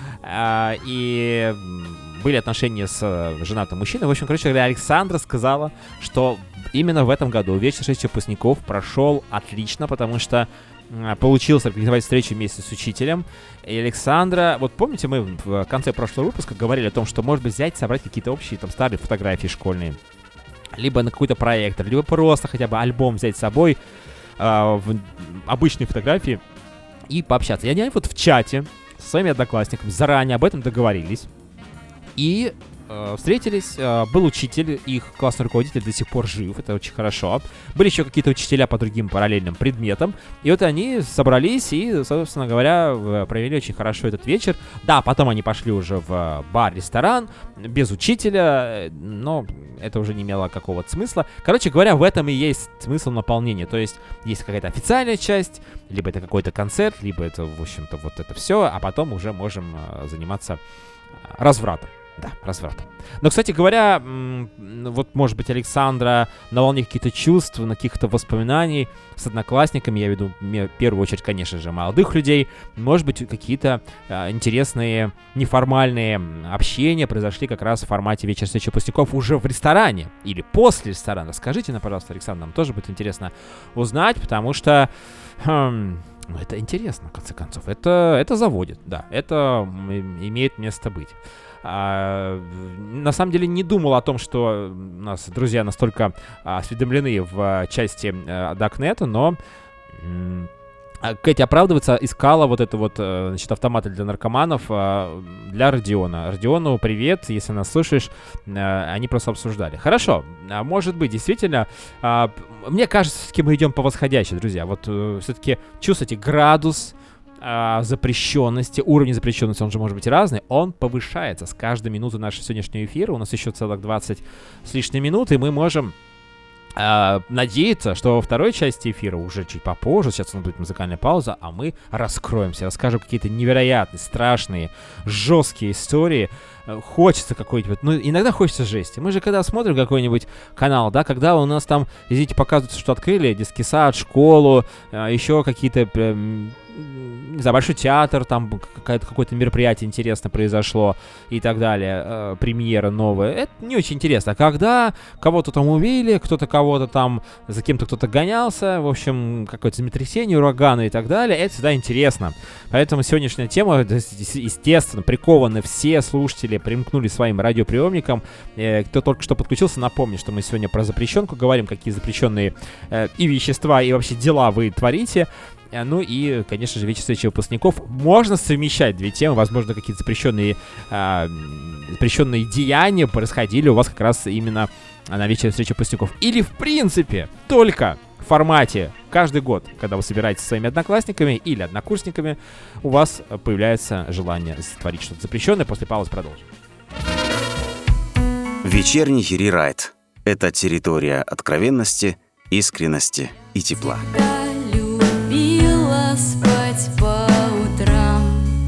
Э, и были отношения с э, женатым мужчиной. В общем, короче говоря, Александра сказала, что именно в этом году вечер шести выпускников прошел отлично, потому что э, получилось организовать встречу вместе с учителем. И Александра, вот помните, мы в конце прошлого выпуска говорили о том, что может быть взять, собрать какие-то общие там старые фотографии школьные, либо на какой-то проектор, либо просто хотя бы альбом взять с собой, э, в обычные фотографии и пообщаться. И они вот в чате со своими одноклассниками заранее об этом договорились. И э, встретились, э, был учитель, их классный руководитель до сих пор жив, это очень хорошо. Были еще какие-то учителя по другим параллельным предметам. И вот они собрались и, собственно говоря, провели очень хорошо этот вечер. Да, потом они пошли уже в бар-ресторан, без учителя, но это уже не имело какого-то смысла. Короче говоря, в этом и есть смысл наполнения. То есть есть какая-то официальная часть, либо это какой-то концерт, либо это, в общем-то, вот это все, а потом уже можем э, заниматься э, развратом. Да, развратом. Но, кстати говоря, вот, может быть, Александра на волне каких-то чувств, на каких-то воспоминаний с одноклассниками, я веду в первую очередь, конечно же, молодых людей, может быть, какие-то а, интересные неформальные общения произошли как раз в формате вечера встречи выпускников уже в ресторане или после ресторана. Скажите нам, пожалуйста, Александр, нам тоже будет интересно узнать, потому что... Хм, ну, это интересно, в конце концов. Это, это заводит, да, это имеет место быть. А, на самом деле не думал о том, что у нас друзья настолько а, осведомлены в части а, Даркнета, но м- Кэти оправдывается, искала вот это вот, значит, автоматы для наркоманов а, для Родиона. Родиону привет, если нас слышишь, а, они просто обсуждали. Хорошо, а может быть, действительно, а, мне кажется, все-таки мы идем по восходящей, друзья. Вот а, все-таки чувствуйте градус а, запрещенности, уровень запрещенности, он же может быть разный, он повышается с каждой минуты нашего сегодняшнего эфира. У нас еще целых двадцать с лишней минут, и мы можем а, надеяться, что во второй части эфира, уже чуть попозже, сейчас у нас будет музыкальная пауза, а мы раскроемся, расскажем какие-то невероятные, страшные, жесткие истории. Хочется какой-нибудь, ну, иногда хочется жести. Мы же когда смотрим какой-нибудь канал, да, когда у нас там, извините, показывается, что открыли детский сад, школу, еще какие-то не знаю, большой театр, там какое-то, какое-то мероприятие интересное произошло и так далее, э, премьера новая, это не очень интересно. А когда кого-то там увидели, кто-то кого-то там, за кем-то кто-то гонялся, в общем, какое-то землетрясение, ураганы и так далее, это всегда интересно. Поэтому сегодняшняя тема, естественно, прикованы все слушатели, примкнули своим радиоприемникам. Э, кто только что подключился, напомню, что мы сегодня про запрещенку говорим, какие запрещенные э, и вещества, и вообще дела вы творите. Ну и, конечно же, вечер встречи выпускников. Можно совмещать две темы. Возможно, какие-то запрещенные, э, запрещенные деяния происходили у вас как раз именно на вечер встречи выпускников. Или, в принципе, только в формате каждый год, когда вы собираетесь со своими одноклассниками или однокурсниками, у вас появляется желание творить что-то запрещенное. После паузы продолжим. Вечерний рерайт — это территория откровенности, искренности и тепла. Спать по утрам,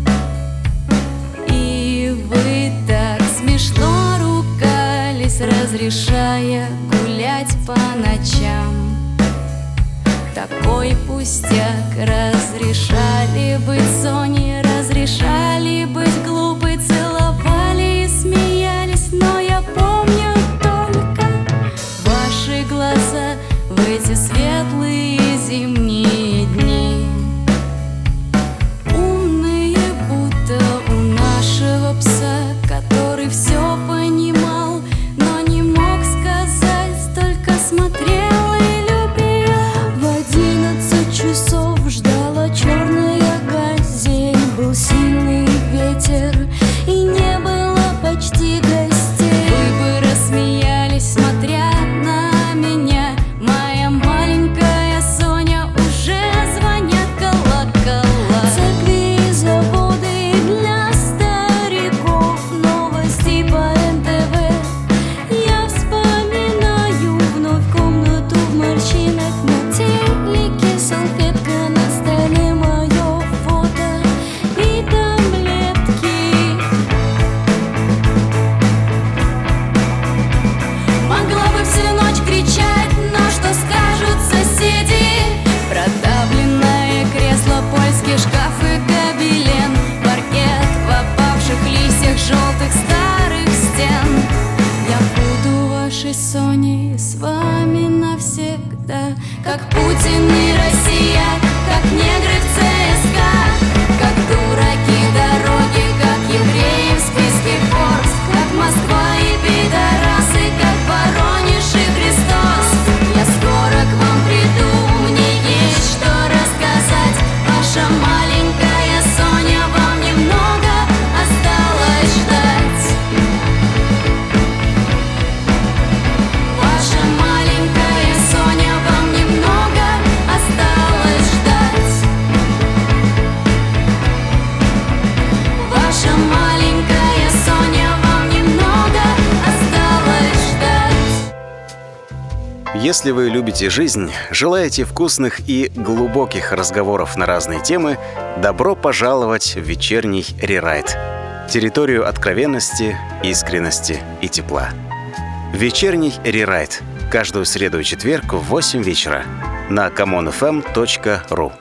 и вы так смешно ругались, разрешая гулять по ночам. Такой пустяк разрешали быть Соней, разрешали быть глупой, целовали и смеялись, но я помню только ваши глаза в эти светлые зимние дни. Пса, который все понимал, но не мог сказать, только смотрел и любил. В одиннадцать часов ждала черная газель, был сильный ветер и не было почти гостей. Вы бы рассмеялись, смотря на меня, моя маленькая Соня, уже звонят колокола. Церкви и заводы для новости по эн тэ вэ. Я вспоминаю вновь комнату в морщинах, на телеке салфетка, на столе мое фото и таблетки. Могла бы всю ночь кричать, но что скажут соседи? Продавленное кресло, польский шкаф и гобелен, паркет в опавших листьях желтых старых стен. Я буду вашей Соней, с вами навсегда, как Путин и Россия, как негры в цэ эс ка, как дураки дороги, как евреи в списке Forbes, как Москва и пидорасы, как Воронеж и Христос. Я скоро к вам приду, мне есть что рассказать. Ваша маленькая Соня, вам немного осталось ждать. Ваша маленькая Соня, вам немного осталось ждать. Ваша маленькая Соня, вам немного осталось ждать. Если вы любите жизнь, желаете вкусных и глубоких разговоров на разные темы, добро пожаловать в вечерний рерайт. Территорию откровенности, искренности и тепла. Вечерний рерайт. Каждую среду и четверг в восемь вечера на коммон эф эм точка ру.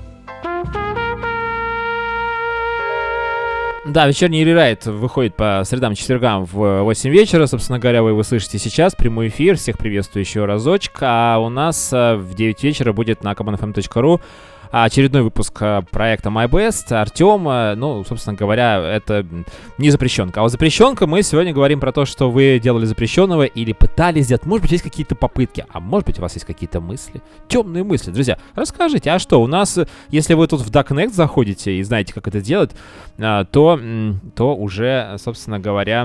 Да, вечерний рерайт выходит по средам и четвергам в восемь вечера. Собственно говоря, вы его слышите сейчас. Прямой эфир. Всех приветствую еще разочек. А у нас в девять вечера будет на коммон эф эм точка ру очередной выпуск проекта My Best. Артем, ну, собственно говоря, это не запрещенка. А вот запрещенка, мы сегодня говорим про то, что вы делали запрещенного или пытались сделать. Может быть, есть какие-то попытки, а может быть, у вас есть какие-то мысли, темные мысли. Друзья, расскажите, а что, у нас, если вы тут в Darknet заходите и знаете, как это делать, то, то уже, собственно говоря...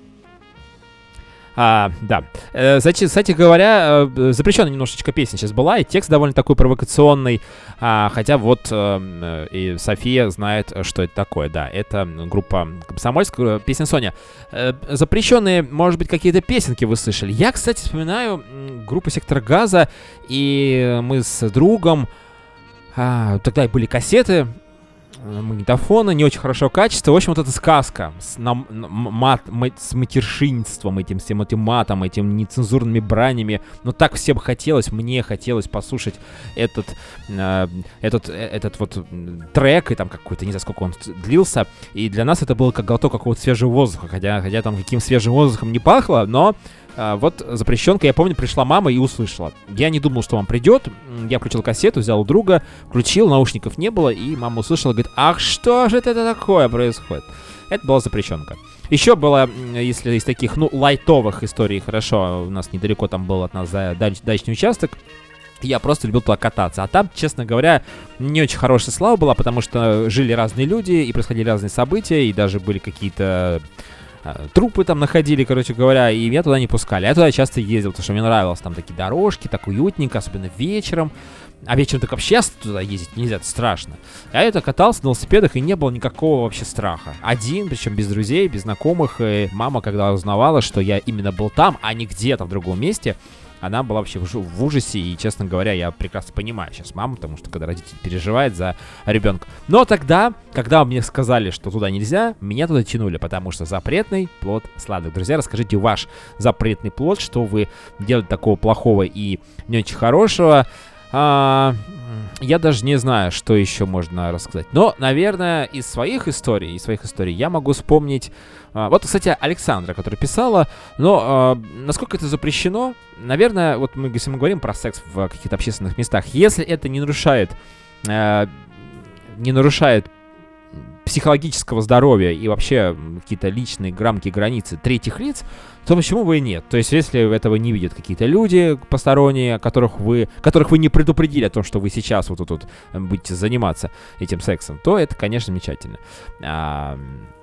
А, да. Э, кстати говоря, э, запрещенная немножечко песня сейчас была, и текст довольно такой провокационный. А, хотя вот э, и София знает, что это такое. Да, это группа Комсомольск, песня Соня. Э, запрещенные, может быть, какие-то песенки вы слышали. Я, кстати, вспоминаю группу Сектор Газа, и мы с другом... А, тогда и были кассеты. магнитофона, не очень хорошего качества. В общем, вот эта сказка с, нам, мат, мат, с матершинством, этим всем этим матом, этим нецензурными бранями. Но так всем хотелось, мне хотелось послушать этот, э, этот, э, этот вот трек, и там какой-то, не знаю, сколько он длился. И для нас это было как глоток какого-то свежего воздуха, хотя, хотя там каким свежим воздухом не пахло, но... А, вот запрещенка, я помню, пришла мама и услышала. Я не думал, что вам придет. Я включил кассету, взял у друга, включил, наушников не было, и мама услышала, говорит, ах, что же это такое происходит? Это была запрещенка. Еще было, если из таких, ну, лайтовых историй, хорошо, у нас недалеко там был от нас дач- дачный участок, я просто любил туда кататься. А там, честно говоря, не очень хорошая слава была, потому что жили разные люди, и происходили разные события, и даже были какие-то... трупы там находили, короче говоря, и меня туда не пускали. Я туда часто ездил, потому что мне нравилось. Там такие дорожки, так уютненько, особенно вечером. А вечером так вообще туда ездить нельзя, это страшно. А я это катался на велосипедах, и не было никакого вообще страха. Один, причем без друзей, без знакомых. И мама, когда узнавала, что я именно был там, а не где-то в другом месте, она была вообще в ужасе, и, честно говоря, я прекрасно понимаю сейчас маму, потому что когда родитель переживает за ребенка. Но тогда, когда мне сказали, что туда нельзя, меня туда тянули, потому что запретный плод сладок. Друзья, расскажите ваш запретный плод, что вы делаете такого плохого и не очень хорошего. А, я даже не знаю, что еще можно рассказать. Но, наверное, из своих историй, из своих историй я могу вспомнить... А, вот, кстати, Александра, которая писала, но а, насколько это запрещено, наверное, вот мы, если мы говорим про секс в каких-то общественных местах, если это не нарушает, а, не нарушает психологического здоровья и вообще какие-то личные рамки, границы третьих лиц, то почему бы и нет? То есть, если этого не видят какие-то люди посторонние, которых вы, которых вы не предупредили о том, что вы сейчас вот тут вот будете заниматься этим сексом, то это, конечно, замечательно. А,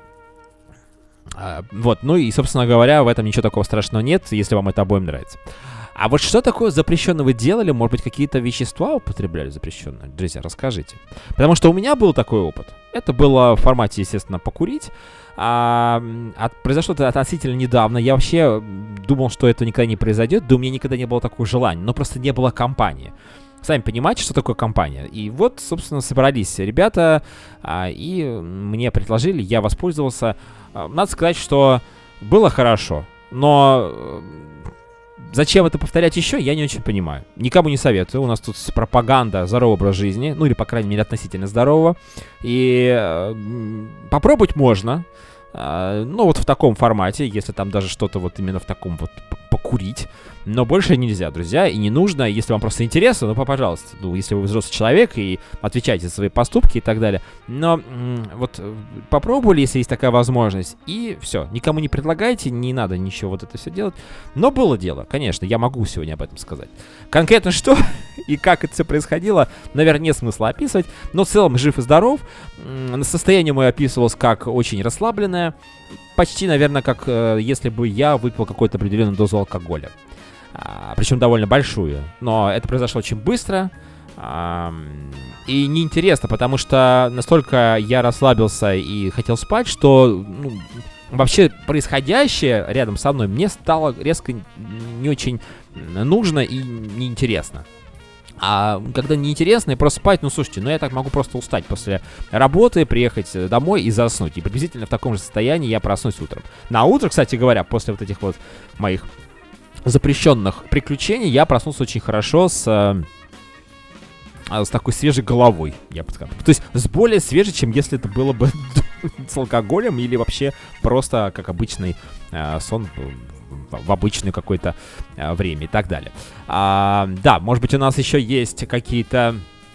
а, вот, ну и, собственно говоря, в этом ничего такого страшного нет, если вам это обоим нравится. А вот что такое запрещенное вы делали? Может быть, какие-то вещества употребляли запрещенные? Друзья, расскажите. Потому что у меня был такой опыт. Это было в формате, естественно, покурить. А, а произошло это относительно недавно. Я вообще думал, что это никогда не произойдет. Да у меня никогда не было такого желания. Но просто не было компании. Сами понимаете, что такое компания. И вот, собственно, собрались ребята. А, и мне предложили, я воспользовался. А, надо сказать, что было хорошо. Но... Зачем это повторять еще, я не очень понимаю. Никому не советую. У нас тут пропаганда здорового образа жизни. Ну или, по крайней мере, относительно здорового. И э, попробовать можно. Э, ну вот в таком формате. Если там даже что-то вот именно в таком вот покурить. Но больше нельзя, друзья. И не нужно. Если вам просто интересно, ну пожалуйста. Ну если вы взрослый человек и отвечаете за свои поступки и так далее. Но м- вот попробовали, если есть такая возможность. И все. Никому не предлагайте. Не надо ничего вот это все делать. Но было дело. Конечно, я могу сегодня об этом сказать. Конкретно что и как это все происходило, наверное, нет смысла описывать. Но в целом жив и здоров. М- состояние мое описывалось как очень расслабленное. Почти, наверное, как э, если бы я выпил какую-то определенную дозу алкоголя. А, причем довольно большую. Но это произошло очень быстро. А, и неинтересно, потому что настолько я расслабился и хотел спать, что ну, вообще происходящее рядом со мной мне стало резко не очень нужно и неинтересно. А когда неинтересно и просто спать, ну слушайте, ну я так могу просто устать после работы, приехать домой и заснуть. И приблизительно в таком же состоянии я проснусь утром. На утро, кстати говоря, после вот этих вот моих запрещенных приключений, я проснулся очень хорошо с, с такой свежей головой, я бы сказал. То есть с более свежей, чем если это было бы с алкоголем или вообще просто как обычный э, сон в обычное какое-то э, время и так далее. А, да, может быть, у нас еще есть какие-то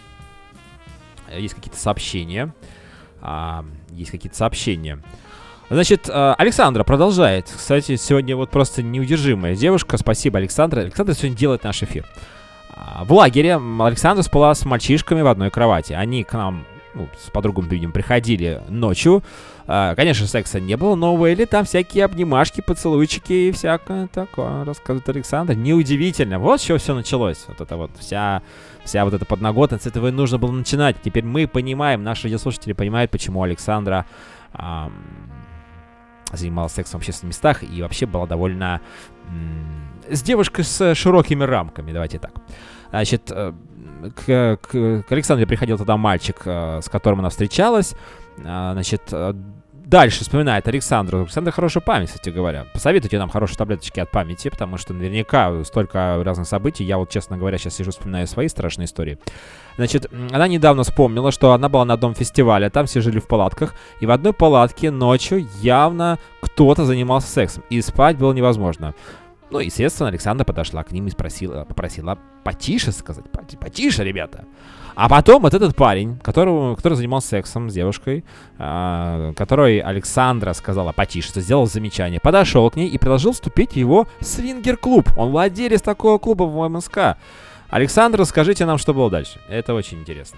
есть какие-то сообщения. А, есть какие-то сообщения. Значит, Александра продолжает. Кстати, сегодня вот просто неудержимая девушка. Спасибо, Александра. Александра сегодня делает наш эфир. В лагере Александра спала с мальчишками в одной кровати. Они к нам, ну, с подругами, видим, приходили ночью. Конечно, секса не было, но были там всякие обнимашки, поцелуйчики и всякое такое, рассказывает Александр. Неудивительно. Вот с чего все началось. Вот это вот вся... Вся вот эта подноготность, с этого и нужно было начинать. Теперь мы понимаем, наши радиослушатели понимают, почему Александра... Эм, занималась сексом в общественных местах и вообще была довольно... М- с девушкой с широкими рамками, давайте так. Значит, э, к, к, к Александре приходил тогда мальчик, э, с которым она встречалась. Э, значит, э, дальше вспоминает Александру. Александра хорошая память, кстати говоря. Посоветуйте нам хорошие таблеточки от памяти, потому что наверняка столько разных событий. Я вот, честно говоря, сейчас сижу, вспоминаю свои страшные истории. Значит, она недавно вспомнила, что она была на одном фестивале, там все жили в палатках, и в одной палатке ночью явно кто-то занимался сексом, и спать было невозможно. Ну, естественно, Александра подошла к ним и спросила, попросила потише сказать, потише, ребята. А потом вот этот парень, которого, который занимался сексом с девушкой, э, которой Александра сказала потише, сделал замечание, подошел к ней и предложил вступить в его свингер-клуб. Он владелец такого клуба в эм эс ка. Александра, расскажите нам, что было дальше. Это очень интересно.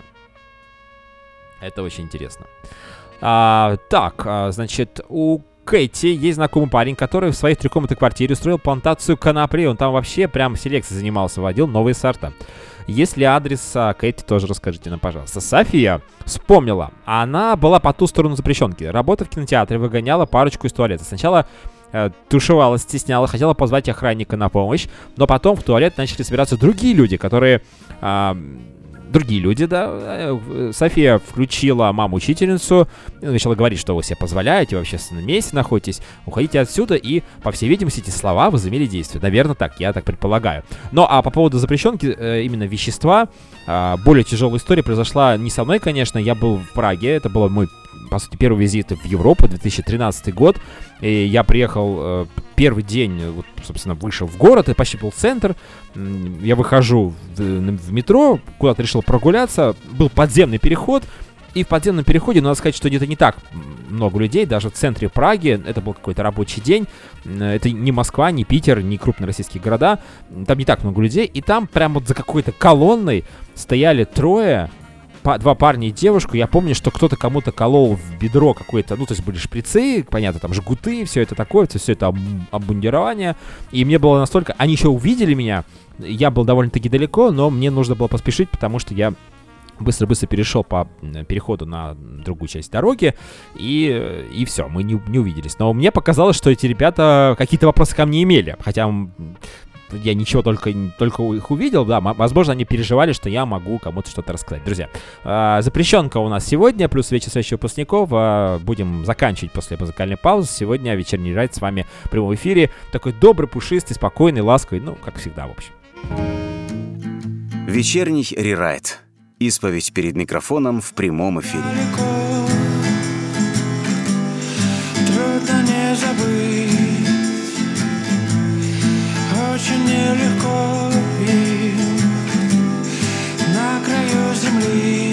Это очень интересно. А, так, а, значит, у Кэти есть знакомый парень, который в своей трехкомнатной квартире устроил плантацию конопли. Он там вообще прям селекцией занимался, вводил новые сорта. Если адрес а, Кэти, тоже расскажите нам, пожалуйста. София вспомнила. Она была по ту сторону запрещенки. Работа в кинотеатре, выгоняла парочку из туалета. Сначала э, тушевалась, стесняла, хотела позвать охранника на помощь. Но потом в туалет начали собираться другие люди, которые... Э, Другие люди, да. София включила маму-учительницу, начала говорить, что вы себе позволяете, в общественном месте находитесь, уходите отсюда, и, по всей видимости, эти слова возымели действие. Наверное, так, я так предполагаю. Но а по поводу запрещенки, именно вещества, более тяжелая история произошла не со мной, конечно, я был в Праге, это был мой, по сути, первый визит в Европу, две тысячи тринадцатый год, и я приехал первый день, вот, собственно, вышел в город, и почти был центр, я выхожу в, в метро, куда-то решил прогуляться, был подземный переход, и в подземном переходе, надо сказать, что где-то не так много людей, даже в центре Праги, это был какой-то рабочий день, это не Москва, не Питер, не крупные российские города, там не так много людей, и там прямо вот за какой-то колонной стояли трое, два парня и девушку. Я помню, что кто-то кому-то колол в бедро какой-то, ну, то есть были шприцы, понятно, там жгуты, все это такое, все это обмундирование. И мне было настолько... Они еще увидели меня, я был довольно-таки далеко, но мне нужно было поспешить, потому что я быстро-быстро перешел по переходу на другую часть дороги, и, и все, мы не, не увиделись. Но мне показалось, что эти ребята какие-то вопросы ко мне имели, хотя... Я ничего только, только их увидел, да, возможно, они переживали, что я могу кому-то что-то рассказать. Друзья, э, запрещенка у нас сегодня, плюс вечер встречи выпускников. Э, будем заканчивать после музыкальной паузы. Сегодня вечерний райд с вами в прямом эфире. Такой добрый, пушистый, спокойный, ласковый, ну, как всегда, в общем. Вечерний рерайд. Исповедь перед микрофоном в прямом эфире. Трудно не забыть. Очень нелегко им на краю земли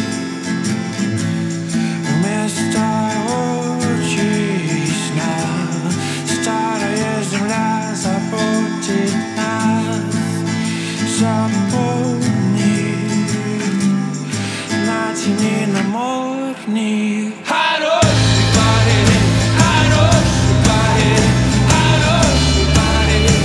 вместо очей сна старая земля заботит нас. Запомни, натяни намордник. Хороший парень, хороший парень, хороший парень.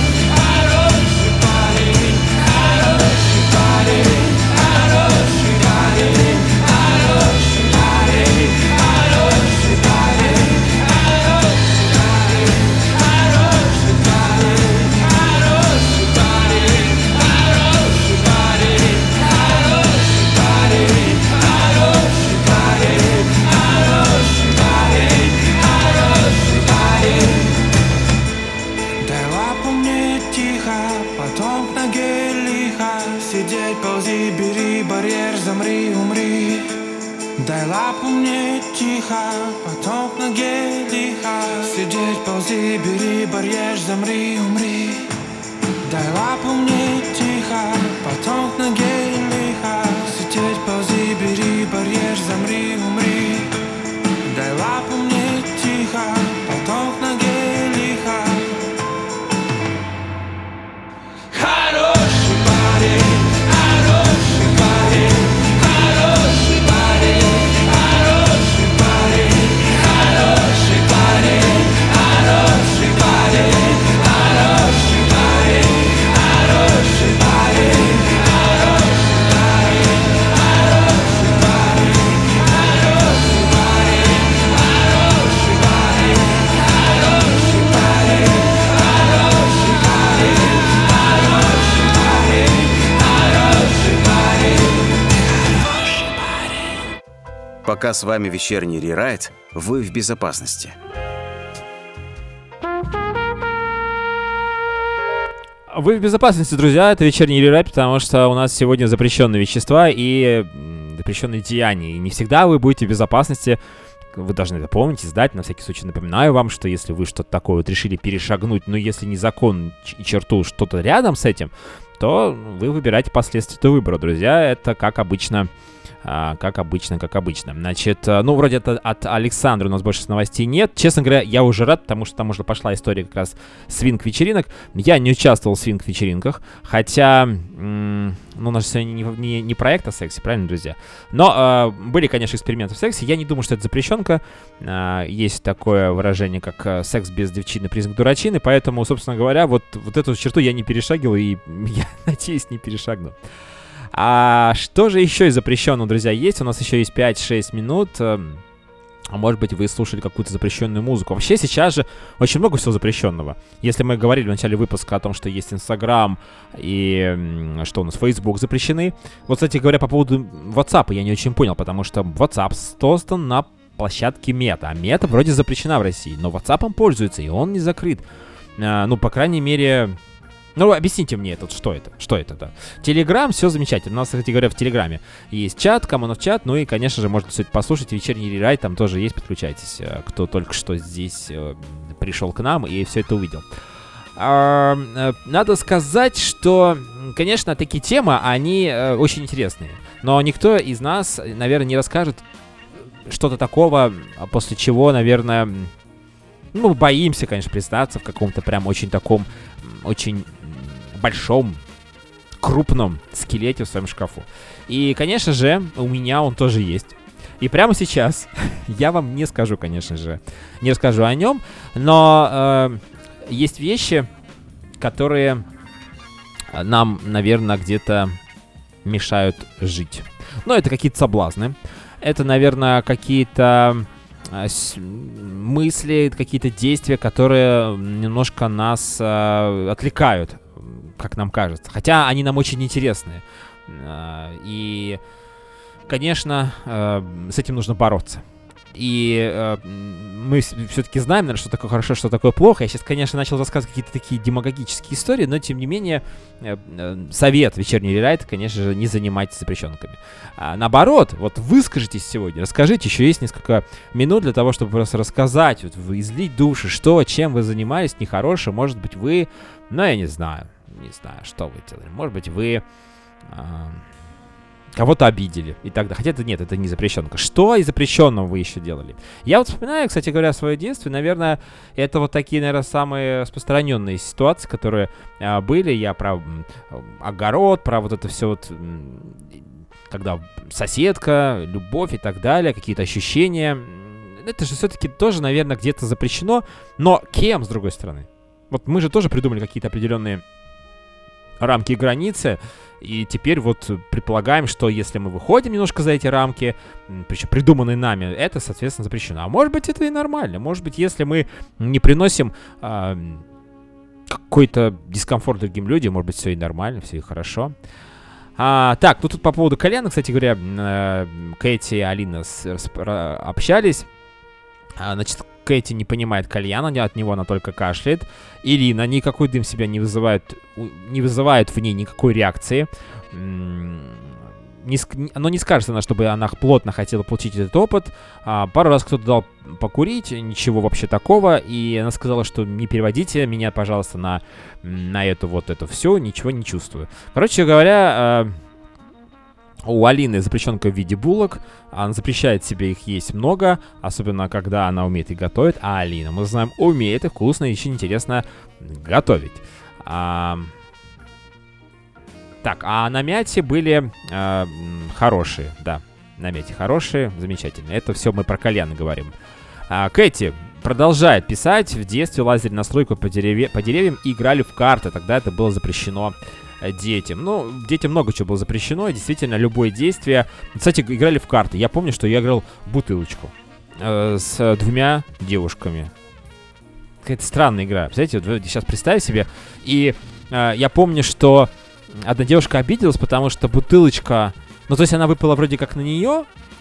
Дай лапу мне тихо, потом к ноге лихо. Сидеть, ползи, бери барьер, замри, умри. Дай лапу мне тихо, потом к ноге лихо. Сидеть, ползи, бери барьер, замри, умри. Дай лапу мне тихо, потом к ноге лихо. Хороший парень, хороший парень, хороший парень. Хороший пока с вами вечерний рерайт, вы в безопасности. Вы в безопасности, друзья, это вечерний рерайт, потому что у нас сегодня запрещенные вещества и запрещенные деяния. И не всегда вы будете в безопасности. Вы должны это помнить и сдать. На всякий случай напоминаю вам, что если вы что-то такое вот решили перешагнуть, но если не закон и черту что-то рядом с этим, то вы выбираете последствия этого выбора, друзья. Это как обычно, а, как обычно, как обычно. Значит, ну, вроде это от Александра у нас больше новостей нет. Честно говоря, я уже рад, потому что там уже пошла история как раз свинг-вечеринок. Я не участвовал в свинг-вечеринках, хотя, м- ну, у нас сегодня не, не, не проект о сексе, правильно, друзья? Но э, были, конечно, эксперименты в сексе. Я не думаю, что это запрещенка. Э, есть такое выражение, как э, секс без девчины, признак дурачины. Поэтому, собственно говоря, вот, вот эту черту я не перешагивал и, я надеюсь, не перешагну. А что же еще из запрещенного, друзья, есть? У нас еще есть пять-шесть минут. А может быть, вы слушали какую-то запрещенную музыку. Вообще сейчас же очень много всего запрещенного. Если мы говорили в начале выпуска о том, что есть Инстаграм и что у нас, Facebook запрещены. Вот, кстати говоря, по поводу WhatsApp я не очень понял, потому что WhatsApp создан на площадке Мета. А Мета вроде запрещена в России, но WhatsApp пользуется, и он не закрыт. А, ну, по крайней мере... Ну, объясните мне это, что это, что это, да. Телеграм, все замечательно. У нас, кстати говоря, в Телеграме есть чат, Коммунов чат, ну и, конечно же, можно все это послушать. Вечерний рерайт там тоже есть, подключайтесь, кто только что здесь э, пришел к нам и все это увидел. А, э, надо сказать, что, конечно, такие темы, они э, очень интересные. Но никто из нас, наверное, не расскажет что-то такого, после чего, наверное... Ну, боимся, конечно, признаться в каком-то прям очень таком, очень большом, крупном скелете в своем шкафу. И, конечно же, у меня он тоже есть. И прямо сейчас я вам не скажу, конечно же, не расскажу о нем, но э, есть вещи, которые нам, наверное, где-то мешают жить. Ну, это какие-то соблазны. Это, наверное, какие-то... мысли, какие-то действия, которые немножко нас э, отвлекают, как нам кажется. Хотя они нам очень интересны. Э, и, конечно, э, с этим нужно бороться. И э, мы все-таки знаем, наверное, что такое хорошо, что такое плохо. Я сейчас, конечно, начал рассказывать какие-то такие демагогические истории, но, тем не менее, э, э, совет вечерний рерайт, конечно же, не занимайтесь запрещенками. А, наоборот, вот выскажитесь сегодня, расскажите, еще есть несколько минут для того, чтобы просто рассказать, вот, излить души, что, чем вы занимались нехорошим. Может быть, вы, ну, я не знаю, не знаю, что вы делали. Может быть, вы... Э, кого-то обидели и так далее. Хотя это нет, это не запрещенка. Что из запрещенного вы еще делали? Я вот вспоминаю, кстати говоря, свое детство. Наверное, это вот такие, наверное, самые распространенные ситуации, которые а, были. Я про м, огород, про вот это все вот, м, когда соседка, любовь и так далее, какие-то ощущения. Это же все-таки тоже, наверное, где-то запрещено. Но кем, с другой стороны? Вот мы же тоже придумали какие-то определенные рамки и границы. И теперь вот предполагаем, что если мы выходим немножко за эти рамки, причем придуманные нами, это, соответственно, запрещено. А может быть, это и нормально. Может быть, если мы не приносим э, какой-то дискомфорт другим людям, может быть, все и нормально, все и хорошо. А, так, ну тут по поводу кальяна, кстати говоря, э, Кэти и Алина с, с, общались. А, значит, Кэти не понимает кальяна, от него она только кашляет. Ирина никакой дым себя не вызывает, не вызывает в ней никакой реакции. Не, но не скажет она, чтобы она плотно хотела получить этот опыт. А, пару раз кто-то дал покурить, ничего вообще такого. И она сказала, что не переводите меня, пожалуйста, на, на эту вот это все, ничего не чувствую. Короче говоря... У Алины запрещенка в виде булок. Она запрещает себе их есть много, особенно когда она умеет их готовить. А Алина, мы знаем, умеет и вкусно, и очень интересно готовить. А... Так, а на мяте были а, хорошие, да. На мяте хорошие, замечательно. Это все мы про кальяны говорим. А, Кэти продолжает писать. В детстве лазили на стройку по, дереве... по деревьям и играли в карты. Тогда это было запрещено детям. Ну, детям много чего было запрещено. Действительно, любое действие. Кстати, играли в карты. Я помню, что я играл в бутылочку э, с двумя девушками. Какая-то странная игра. Представляете, вот сейчас представь себе. И э, я помню, что одна девушка обиделась, потому что бутылочка... Ну, то есть она выпала вроде как на нее,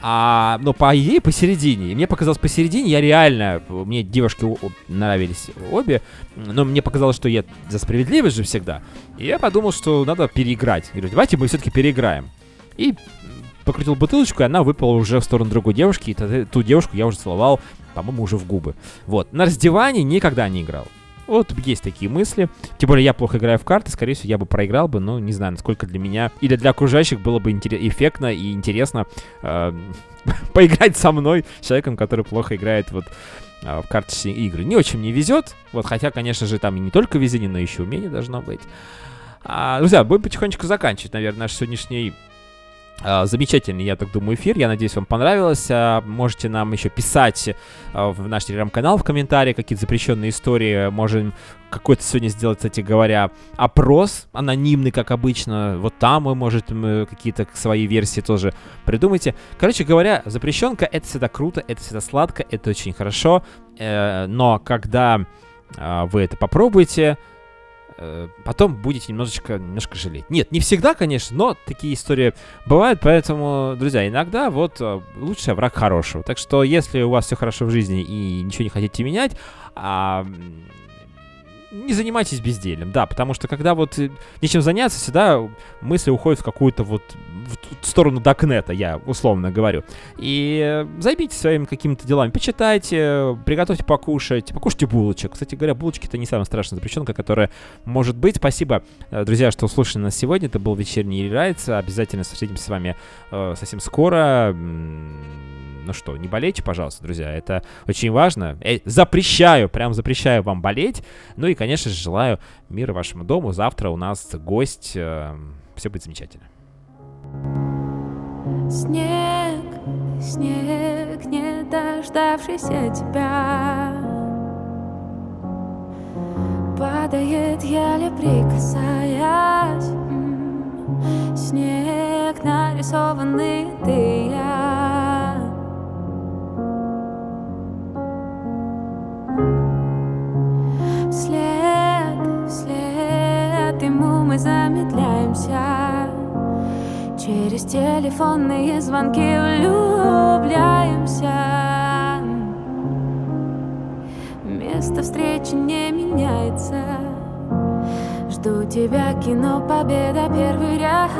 А, но по идее посередине. И мне показалось посередине, я реально, мне девушки о- нравились обе, но мне показалось, что я за справедливость же всегда. И я подумал, что надо переиграть. Я говорю, давайте мы все-таки переиграем. И покрутил бутылочку, и она выпала уже в сторону другой девушки, и т- ту девушку я уже целовал, по-моему, уже в губы. Вот. На раздевании никогда не играл. Вот есть такие мысли. Тем более я плохо играю в карты, скорее всего, я бы проиграл бы, но не знаю, насколько для меня или для окружающих было бы интерес- эффектно и интересно э- поиграть со мной, человеком, который плохо играет вот э- в карточные игры. Не очень мне везет, вот, хотя, конечно же, там и не только везение, но еще умение должно быть. А, друзья, будем потихонечку заканчивать, наверное, наш сегодняшний Uh, замечательный, я так думаю, эфир. Я надеюсь, вам понравилось. Uh, можете нам еще писать uh, в наш телеграм-канал в комментариях какие-то запрещенные истории. Можем какой-то сегодня сделать, кстати говоря, опрос анонимный, как обычно. Вот там вы можете какие-то свои версии тоже придумайте. Короче говоря, запрещенка — это всегда круто, это всегда сладко, это очень хорошо. Uh, но когда uh, вы это попробуете, потом будете немножечко, немножко жалеть. Нет, не всегда, конечно, но такие истории бывают, поэтому, друзья, иногда вот лучший враг хорошего. Так что, если у вас все хорошо в жизни и ничего не хотите менять, а, не занимайтесь бездельем, да, потому что когда вот нечем заняться, всегда мысли уходят в какую-то вот в сторону Даркнета, я условно говорю. И займитесь своими какими-то делами, почитайте, приготовьте покушать, покушайте булочек. Кстати говоря, булочки — это не самая страшная запрещенка, которая может быть. Спасибо, друзья, что слушали нас сегодня. Это был вечерний Рерайт. Обязательно встретимся с вами э, совсем скоро. Ну что, не болейте, пожалуйста, друзья, это очень важно. Я запрещаю, прям запрещаю вам болеть. Ну и, конечно же, желаю мира вашему дому. Завтра у нас гость. Э, все будет замечательно. Снег, снег, не дождавшийся тебя, падает, еле прикасаясь. М-м, снег, нарисованный ты и я. Вслед, вслед ему мы замедляемся. Через телефонные звонки влюбляемся. Место встречи не меняется. Жду тебя, кино «Победа», первый ряд.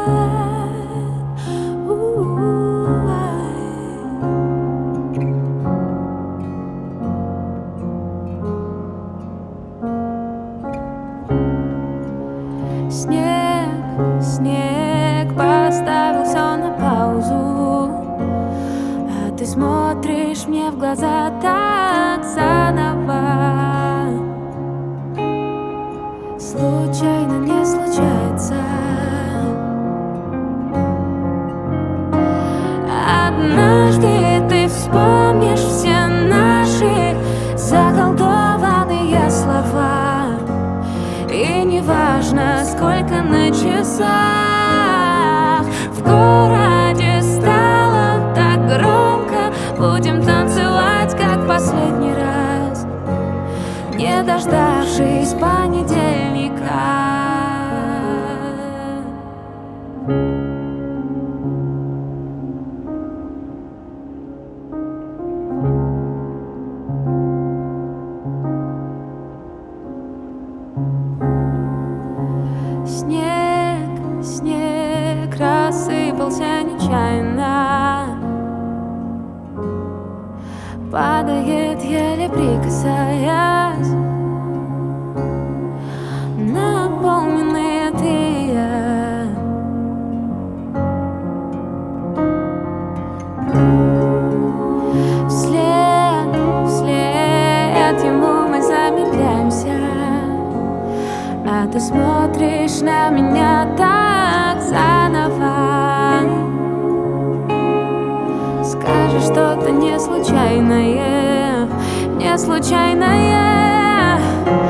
Снег, снег поставил все на паузу, а ты смотришь мне в глаза так заново. Случайно не случается. Однажды ты вспомнишь все наши заколдованные слова. И неважно, сколько на часах, в городе стало так громко. Будем танцевать, как в последний раз, не дождавшись понедельника. Снег, снег рассыпался нечаянно, падает, еле прикасаясь. Наполненные ты и я. Вслед, вслед ему мы замедляемся, а ты смотришь на меня так заново. Скажешь что-то не случайное, не случайное.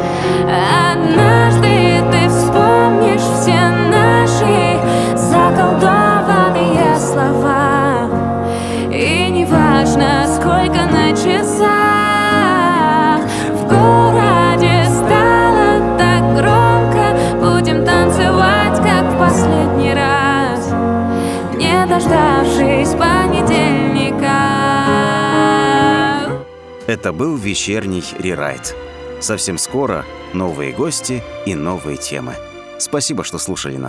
Однажды ты вспомнишь все наши заколдованные слова. И неважно, сколько на часах, в городе стало так громко. Будем танцевать, как в последний раз, не дождавшись понедельника. Это был вечерний рерайт. Совсем скоро новые гости и новые темы. Спасибо, что слушали нас.